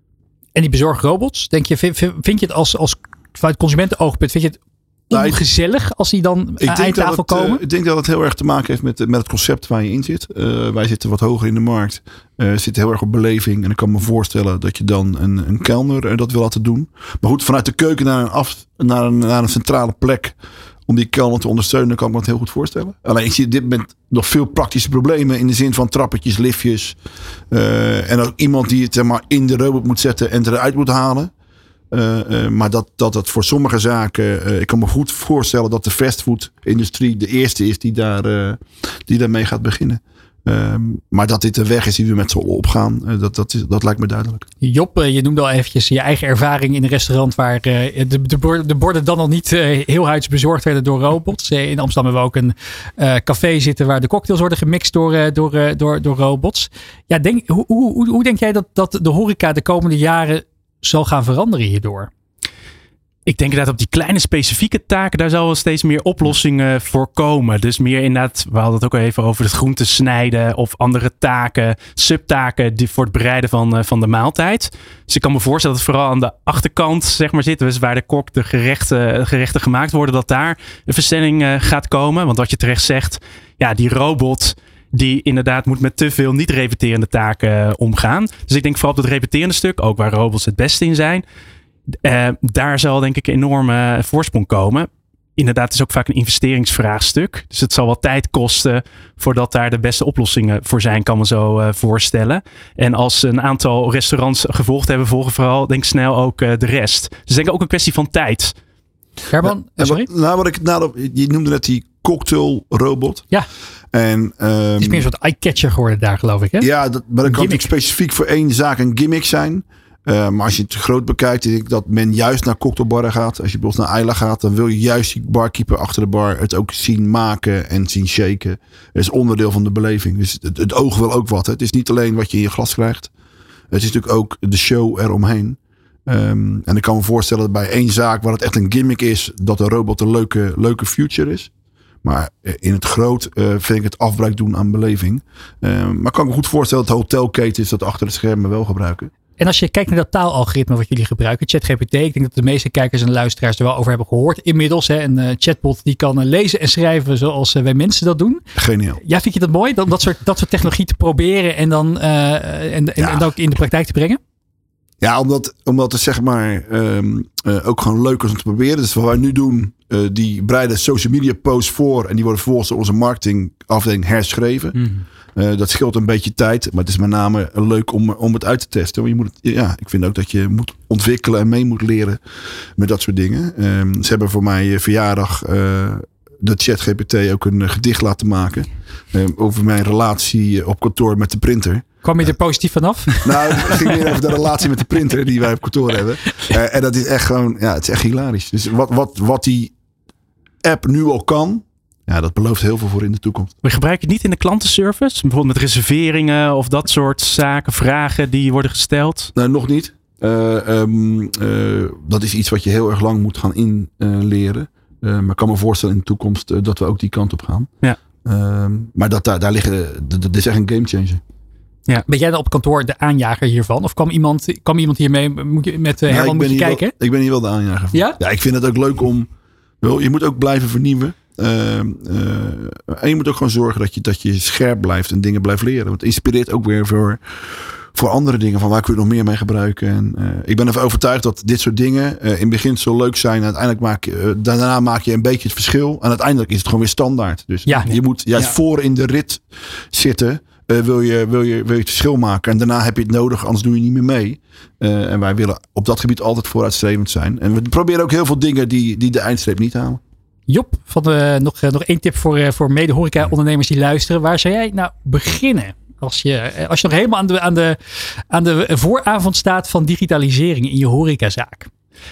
En die bezorgrobots, denk je, vind, vind je het als, als vanuit consumentenoogpunt, vind je het ongezellig als die dan aan eindtafel komen? Uh, ik denk dat het heel erg te maken heeft met, met het concept waar je in zit. Uh, wij zitten wat hoger in de markt. Uh, zitten heel erg op beleving. En ik kan me voorstellen dat je dan een, een kelner uh, dat wil laten doen. Maar goed, vanuit de keuken naar een, af, naar een, naar een centrale plek om die kelner te ondersteunen, kan ik me dat heel goed voorstellen. Alleen ik zie dit met nog veel praktische problemen in de zin van trappetjes, liftjes. Uh, en ook iemand die het zeg maar, in de robot moet zetten en eruit moet halen. Uh, uh, maar dat, dat het voor sommige zaken, uh, ik kan me goed voorstellen dat de fastfood-industrie de eerste is die, daar, uh, die daarmee gaat beginnen. Uh, maar dat dit de weg is die we met z'n allen opgaan, uh, dat, dat, is, dat lijkt me duidelijk. Job, uh, je noemde al eventjes je eigen ervaring in een restaurant waar uh, de, de, borden, de borden dan al niet uh, heel huids bezorgd werden door robots. Uh, in Amsterdam hebben we ook een uh, café zitten waar de cocktails worden gemixt door, uh, door, uh, door, door robots. Ja, denk, hoe, hoe, hoe, hoe denk jij dat, dat de horeca de komende jaren zal gaan veranderen hierdoor? Ik denk inderdaad op die kleine specifieke taken, daar zal wel steeds meer oplossingen voor komen. Dus meer inderdaad, we hadden het ook al even over het groente snijden of andere taken, subtaken die voor het bereiden van, van de maaltijd. Dus ik kan me voorstellen dat het vooral aan de achterkant zeg maar, zit, dus waar de kok de gerechten, gerechten gemaakt worden, dat daar een versnelling uh, gaat komen. Want wat je terecht zegt, ja, die robot die inderdaad moet met te veel niet repeterende taken uh, omgaan. Dus ik denk vooral op het repeterende stuk, ook waar robots het beste in zijn. Uh, daar zal denk ik een enorme voorsprong komen. Inderdaad, het is ook vaak een investeringsvraagstuk. Dus het zal wel tijd kosten voordat daar de beste oplossingen voor zijn, kan me zo uh, voorstellen. En als een aantal restaurants gevolgd hebben, volgen vooral denk ik snel ook uh, de rest. Dus ik denk ook een kwestie van tijd. Herman, ja, sorry? Wat, nou, wat ik, nou, je noemde net die cocktailrobot. Ja. En, um, het is meer een soort eye-catcher geworden daar, geloof ik. Hè? Ja, dat, maar dat kan natuurlijk specifiek voor één zaak een gimmick zijn. Uh, maar als je het groot bekijkt, denk ik dat men juist naar cocktailbarren gaat. Als je bijvoorbeeld naar Ayla gaat, dan wil je juist die barkeeper achter de bar het ook zien maken en zien shaken. Dat is onderdeel van de beleving. Dus het, het oog wil ook wat. Hè. Het is niet alleen wat je in je glas krijgt. Het is natuurlijk ook de show eromheen. Um, en ik kan me voorstellen dat bij één zaak waar het echt een gimmick is, dat de robot een leuke, leuke future is. Maar in het groot uh, vind ik het afbraak doen aan beleving. Uh, maar ik kan me goed voorstellen dat hotelketens dat achter de schermen wel gebruiken. En als je kijkt naar dat taalalgoritme wat jullie gebruiken, ChatGPT, ik denk dat de meeste kijkers en luisteraars er wel over hebben gehoord inmiddels. Hè, een uh, chatbot die kan uh, lezen en schrijven zoals uh, wij mensen dat doen. Geniaal. Ja, vind je dat mooi? Dat, dat, soort, dat soort technologie te proberen en dan uh, en, en, ja. en ook in de praktijk te brengen? Ja, omdat, omdat het zeg maar um, uh, ook gewoon leuk is om te proberen. Dus wat wij nu doen, uh, die bereiden social media posts voor. En die worden vervolgens door onze marketingafdeling herschreven. Mm. Uh, dat scheelt een beetje tijd. Maar het is met name leuk om, om het uit te testen. Want je moet het, ja, ik vind ook dat je moet ontwikkelen en mee moet leren met dat soort dingen. Um, ze hebben voor mij verjaardag uh, de ChatGPT ook een gedicht laten maken. Um, over mijn relatie op kantoor met de printer. Kwam je er positief vanaf? Nou, het ging meer over de relatie met de printer die wij op kantoor hebben. Uh, en dat is echt gewoon, ja, het is echt hilarisch. Dus wat, wat, wat die app nu al kan, ja, dat belooft heel veel voor in de toekomst. We gebruiken het niet in de klantenservice? Bijvoorbeeld met reserveringen of dat soort zaken, vragen die worden gesteld? Nou, nog niet. Uh, um, uh, dat is iets wat je heel erg lang moet gaan inleren. Uh, maar ik kan me voorstellen in de toekomst uh, dat we ook die kant op gaan. Ja. Uh, maar dat, daar, daar liggen, dat is echt een gamechanger. Ja. Ben jij dan op kantoor de aanjager hiervan? Of kwam iemand, kwam iemand hiermee? Moet je, met uh, Herman nou, moet je kijken? Wel, ik ben hier wel de aanjager van. Ja? Ja, ik vind het ook leuk om... Je moet ook blijven vernieuwen. Uh, uh, en je moet ook gewoon zorgen dat je, dat je scherp blijft en dingen blijft leren. Want het inspireert ook weer voor, voor andere dingen. Van waar kun je nog meer mee gebruiken. En, uh, ik ben ervan overtuigd dat dit soort dingen uh, in het begin zo leuk zijn. En uiteindelijk maak je, uh, daarna maak je een beetje het verschil. En uiteindelijk is het gewoon weer standaard. Dus ja, je moet juist ja. voor in de rit zitten. Uh, wil, je, wil, je, wil je het verschil maken. En daarna heb je het nodig, anders doe je niet meer mee. Uh, en wij willen op dat gebied altijd vooruitstrevend zijn. En we proberen ook heel veel dingen die, die de eindstreep niet halen. Job, van de, nog, nog één tip voor, voor mede-horeca-ondernemers die luisteren. Waar zou jij nou beginnen? Als je, als je nog helemaal aan de, aan, de, aan de vooravond staat van digitalisering in je horecazaak.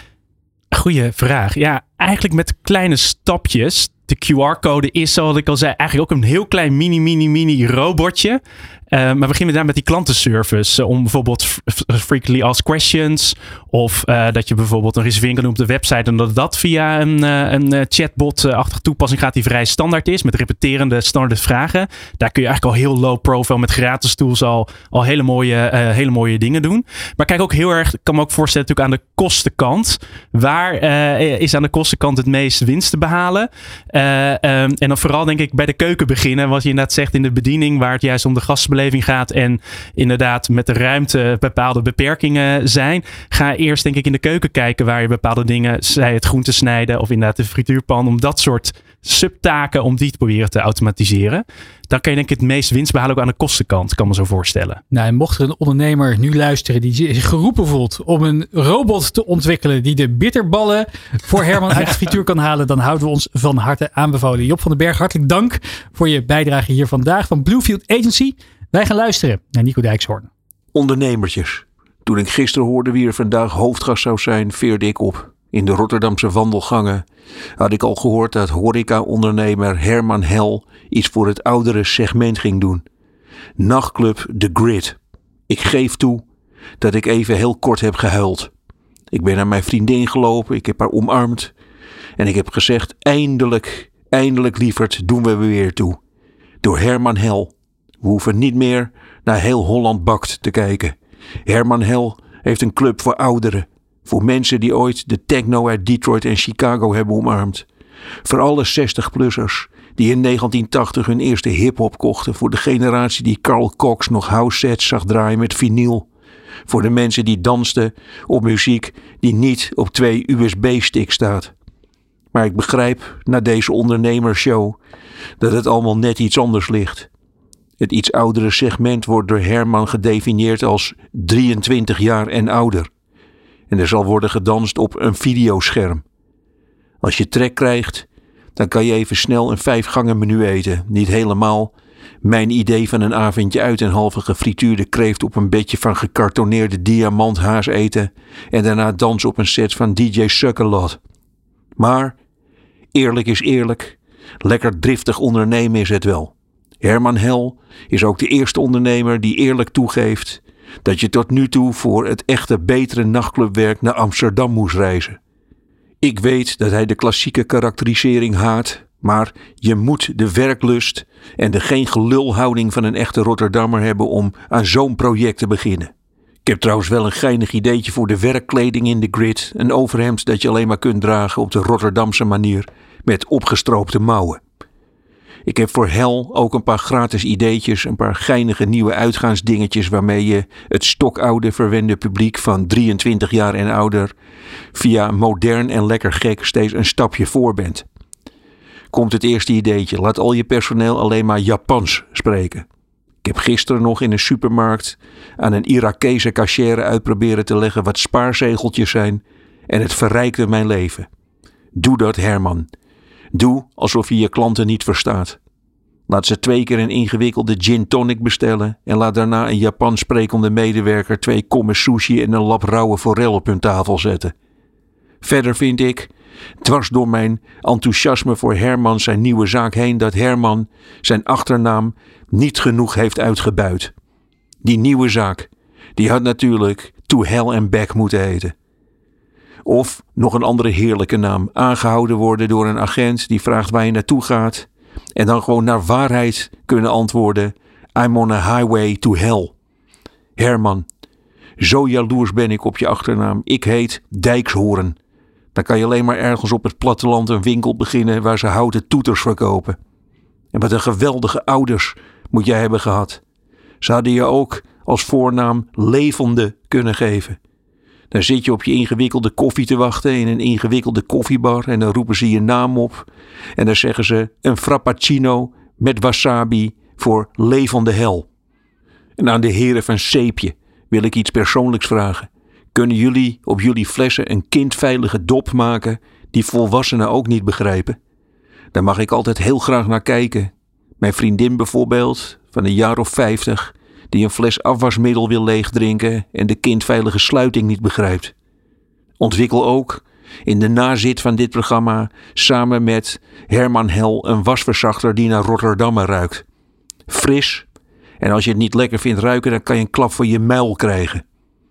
Goeie vraag. Ja, eigenlijk met kleine stapjes. De Q R-code is, zoals ik al zei, eigenlijk ook een heel klein mini, mini, mini robotje. Uh, maar we beginnen daar met die klantenservice. Uh, om bijvoorbeeld f- frequently asked questions. Of uh, dat je bijvoorbeeld een reservering kan doen op de website. En dat dat via een, uh, een chatbot-achtige toepassing gaat die vrij standaard is. Met repeterende standaard vragen. Daar kun je eigenlijk al heel low profile met gratis tools al, al hele, mooie, uh, hele mooie dingen doen. Maar kijk ook heel erg, ik kan me ook voorstellen natuurlijk aan de kostenkant. Waar uh, is aan de kostenkant het meest winst te behalen? Uh, um, en dan vooral denk ik bij de keuken beginnen. Wat je inderdaad zegt in de bediening. Waar het juist om de gastbeleving gaat en inderdaad met de ruimte bepaalde beperkingen zijn. Ga eerst denk ik in de keuken kijken waar je bepaalde dingen, zij het groente snijden of inderdaad de frituurpan, om dat soort subtaken, om die te proberen te automatiseren. Dan kan je denk ik het meest winst behalen ook aan de kostenkant, kan me zo voorstellen. Nou, en mocht er een ondernemer nu luisteren die zich geroepen voelt om een robot te ontwikkelen die de bitterballen voor Herman uit de frituur kan halen, dan houden we ons van harte aanbevolen. Job van den Berg, hartelijk dank voor je bijdrage hier vandaag van Bluefield Agency. Wij gaan luisteren naar Nico Dijkshoorn. Ondernemertjes. Toen ik gisteren hoorde wie er vandaag hoofdgast zou zijn, veerde ik op. In de Rotterdamse wandelgangen had ik al gehoord dat horeca-ondernemer Herman Hel iets voor het oudere segment ging doen. Nachtclub The Grid. Ik geef toe dat ik even heel kort heb gehuild. Ik ben naar mijn vriendin gelopen, ik heb haar omarmd. En ik heb gezegd, eindelijk, eindelijk lieverd, doen we weer toe. Door Herman Hel. We hoeven niet meer naar Heel Holland Bakt te kijken. Herman Hel heeft een club voor ouderen. Voor mensen die ooit de techno uit Detroit en Chicago hebben omarmd. Voor alle zestig-plussers die in negentien tachtig hun eerste hip-hop kochten. Voor de generatie die Carl Cox nog house sets zag draaien met vinyl. Voor de mensen die dansten op muziek die niet op twee U S B-sticks staat. Maar ik begrijp na deze ondernemersshow dat het allemaal net iets anders ligt. Het iets oudere segment wordt door Herman gedefinieerd als drieëntwintig jaar en ouder. En er zal worden gedanst op een videoscherm. Als je trek krijgt, dan kan je even snel een vijfgangen menu eten. Niet helemaal mijn idee van een avondje uit en halve gefrituurde kreeft op een bedje van gekartoneerde diamanthaas eten en daarna dansen op een set van D J Suckalot. Maar, eerlijk is eerlijk, lekker driftig ondernemen is het wel. Herman Hel is ook de eerste ondernemer die eerlijk toegeeft dat je tot nu toe voor het echte betere nachtclubwerk naar Amsterdam moest reizen. Ik weet dat hij de klassieke karakterisering haat, maar je moet de werklust en de geen gelulhouding van een echte Rotterdammer hebben om aan zo'n project te beginnen. Ik heb trouwens wel een geinig ideetje voor de werkkleding in de grid. Een overhemd dat je alleen maar kunt dragen op de Rotterdamse manier met opgestroopte mouwen. Ik heb voor Hel ook een paar gratis ideetjes, een paar geinige nieuwe uitgaansdingetjes waarmee je het stokoude verwende publiek van drieëntwintig jaar en ouder via modern en lekker gek steeds een stapje voor bent. Komt het eerste ideetje, laat al je personeel alleen maar Japans spreken. Ik heb gisteren nog in een supermarkt aan een Irakese cashier uitproberen te leggen wat spaarzegeltjes zijn en het verrijkte mijn leven. Doe dat, Herman. Doe alsof je je klanten niet verstaat. Laat ze twee keer een ingewikkelde gin tonic bestellen en laat daarna een Japans sprekende medewerker twee kommen sushi en een lap rauwe forel op hun tafel zetten. Verder vind ik, dwars door mijn enthousiasme voor Herman zijn nieuwe zaak heen, dat Herman zijn achternaam niet genoeg heeft uitgebuit. Die nieuwe zaak, die had natuurlijk To Hell and Back moeten heten. Of nog een andere heerlijke naam, aangehouden worden door een agent die vraagt waar je naartoe gaat en dan gewoon naar waarheid kunnen antwoorden, I'm on a highway to hell. Herman, zo jaloers ben ik op je achternaam. Ik heet Dijkshoorn. Dan kan je alleen maar ergens op het platteland een winkel beginnen waar ze houten toeters verkopen. En wat een geweldige ouders moet jij hebben gehad. Ze hadden je ook als voornaam Levende kunnen geven. Dan zit je op je ingewikkelde koffie te wachten in een ingewikkelde koffiebar en dan roepen ze je naam op. En dan zeggen ze een frappuccino met wasabi voor Levende Hel. En aan de heren van Zeepje wil ik iets persoonlijks vragen. Kunnen jullie op jullie flessen een kindveilige dop maken die volwassenen ook niet begrijpen? Daar mag ik altijd heel graag naar kijken. Mijn vriendin bijvoorbeeld, van een jaar of vijftig, die een fles afwasmiddel wil leegdrinken en de kindveilige sluiting niet begrijpt. Ontwikkel ook in de nazit van dit programma samen met Herman Hel een wasverzachter die naar Rotterdam ruikt. Fris. En als je het niet lekker vindt ruiken, dan kan je een klap voor je muil krijgen.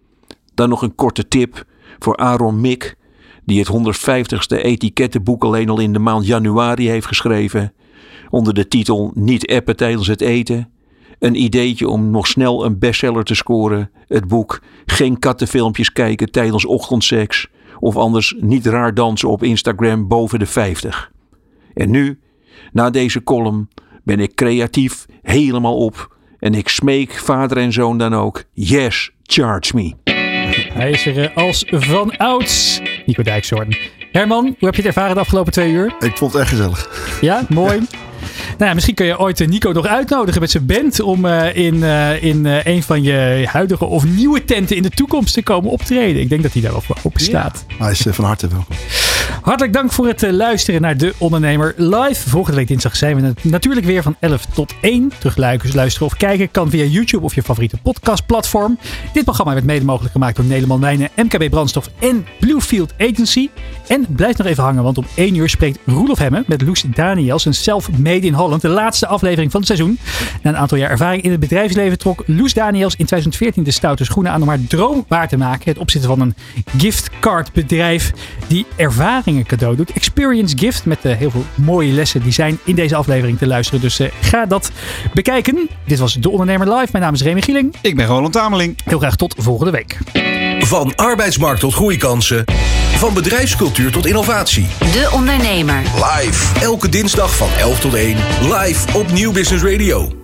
Dan nog een korte tip voor Aaron Mik, die het honderdvijftigste etikettenboek alleen al in de maand januari heeft geschreven, onder de titel Niet appen tijdens het eten. Een ideetje om nog snel een bestseller te scoren. Het boek Geen kattenfilmpjes kijken tijdens ochtendseks. Of anders niet raar dansen op Instagram boven de vijftig. En nu, na deze column, ben ik creatief helemaal op. En ik smeek vader en zoon dan ook. Yes, charge me. Hij is er als van ouds. Nico Dijkshoorn. Herman, hoe heb je het ervaren de afgelopen twee uur? Ik vond het echt gezellig. Ja, mooi. Ja. Nou ja, misschien kun je ooit Nico nog uitnodigen met zijn band om uh, in, uh, in uh, een van je huidige of nieuwe tenten in de toekomst te komen optreden. Ik denk dat hij daar wel voor open staat. Ja. Hij is uh, van harte welkom. Hartelijk dank voor het luisteren naar De Ondernemer Live. Volgende week dinsdag zijn we natuurlijk weer van elf tot één. Terugluisteren, luisteren of kijken kan via YouTube of je favoriete podcastplatform. Dit programma werd mede mogelijk gemaakt door Nederland Wijnen, M K B Brandstof en Bluefield Agency. En blijf nog even hangen, want om één uur spreekt Roelof Hemme met Loes Daniels, een self-made in Holland. De laatste aflevering van het seizoen. Na een aantal jaar ervaring in het bedrijfsleven trok Loes Daniels in twintig veertien de stoute schoenen aan om haar droom waar te maken. Het opzetten van een giftcardbedrijf die ervaringen cadeau doet. Experience Gift met uh, heel veel mooie lessen die zijn in deze aflevering te luisteren. Dus uh, ga dat bekijken. Dit was De Ondernemer Live. Mijn naam is Remy Gieling. Ik ben Roland Tameling. Heel graag tot volgende week. Van arbeidsmarkt tot groeikansen. Van bedrijfscultuur tot innovatie. De Ondernemer. Live. Elke dinsdag van elf tot één. Live op Nieuw Business Radio.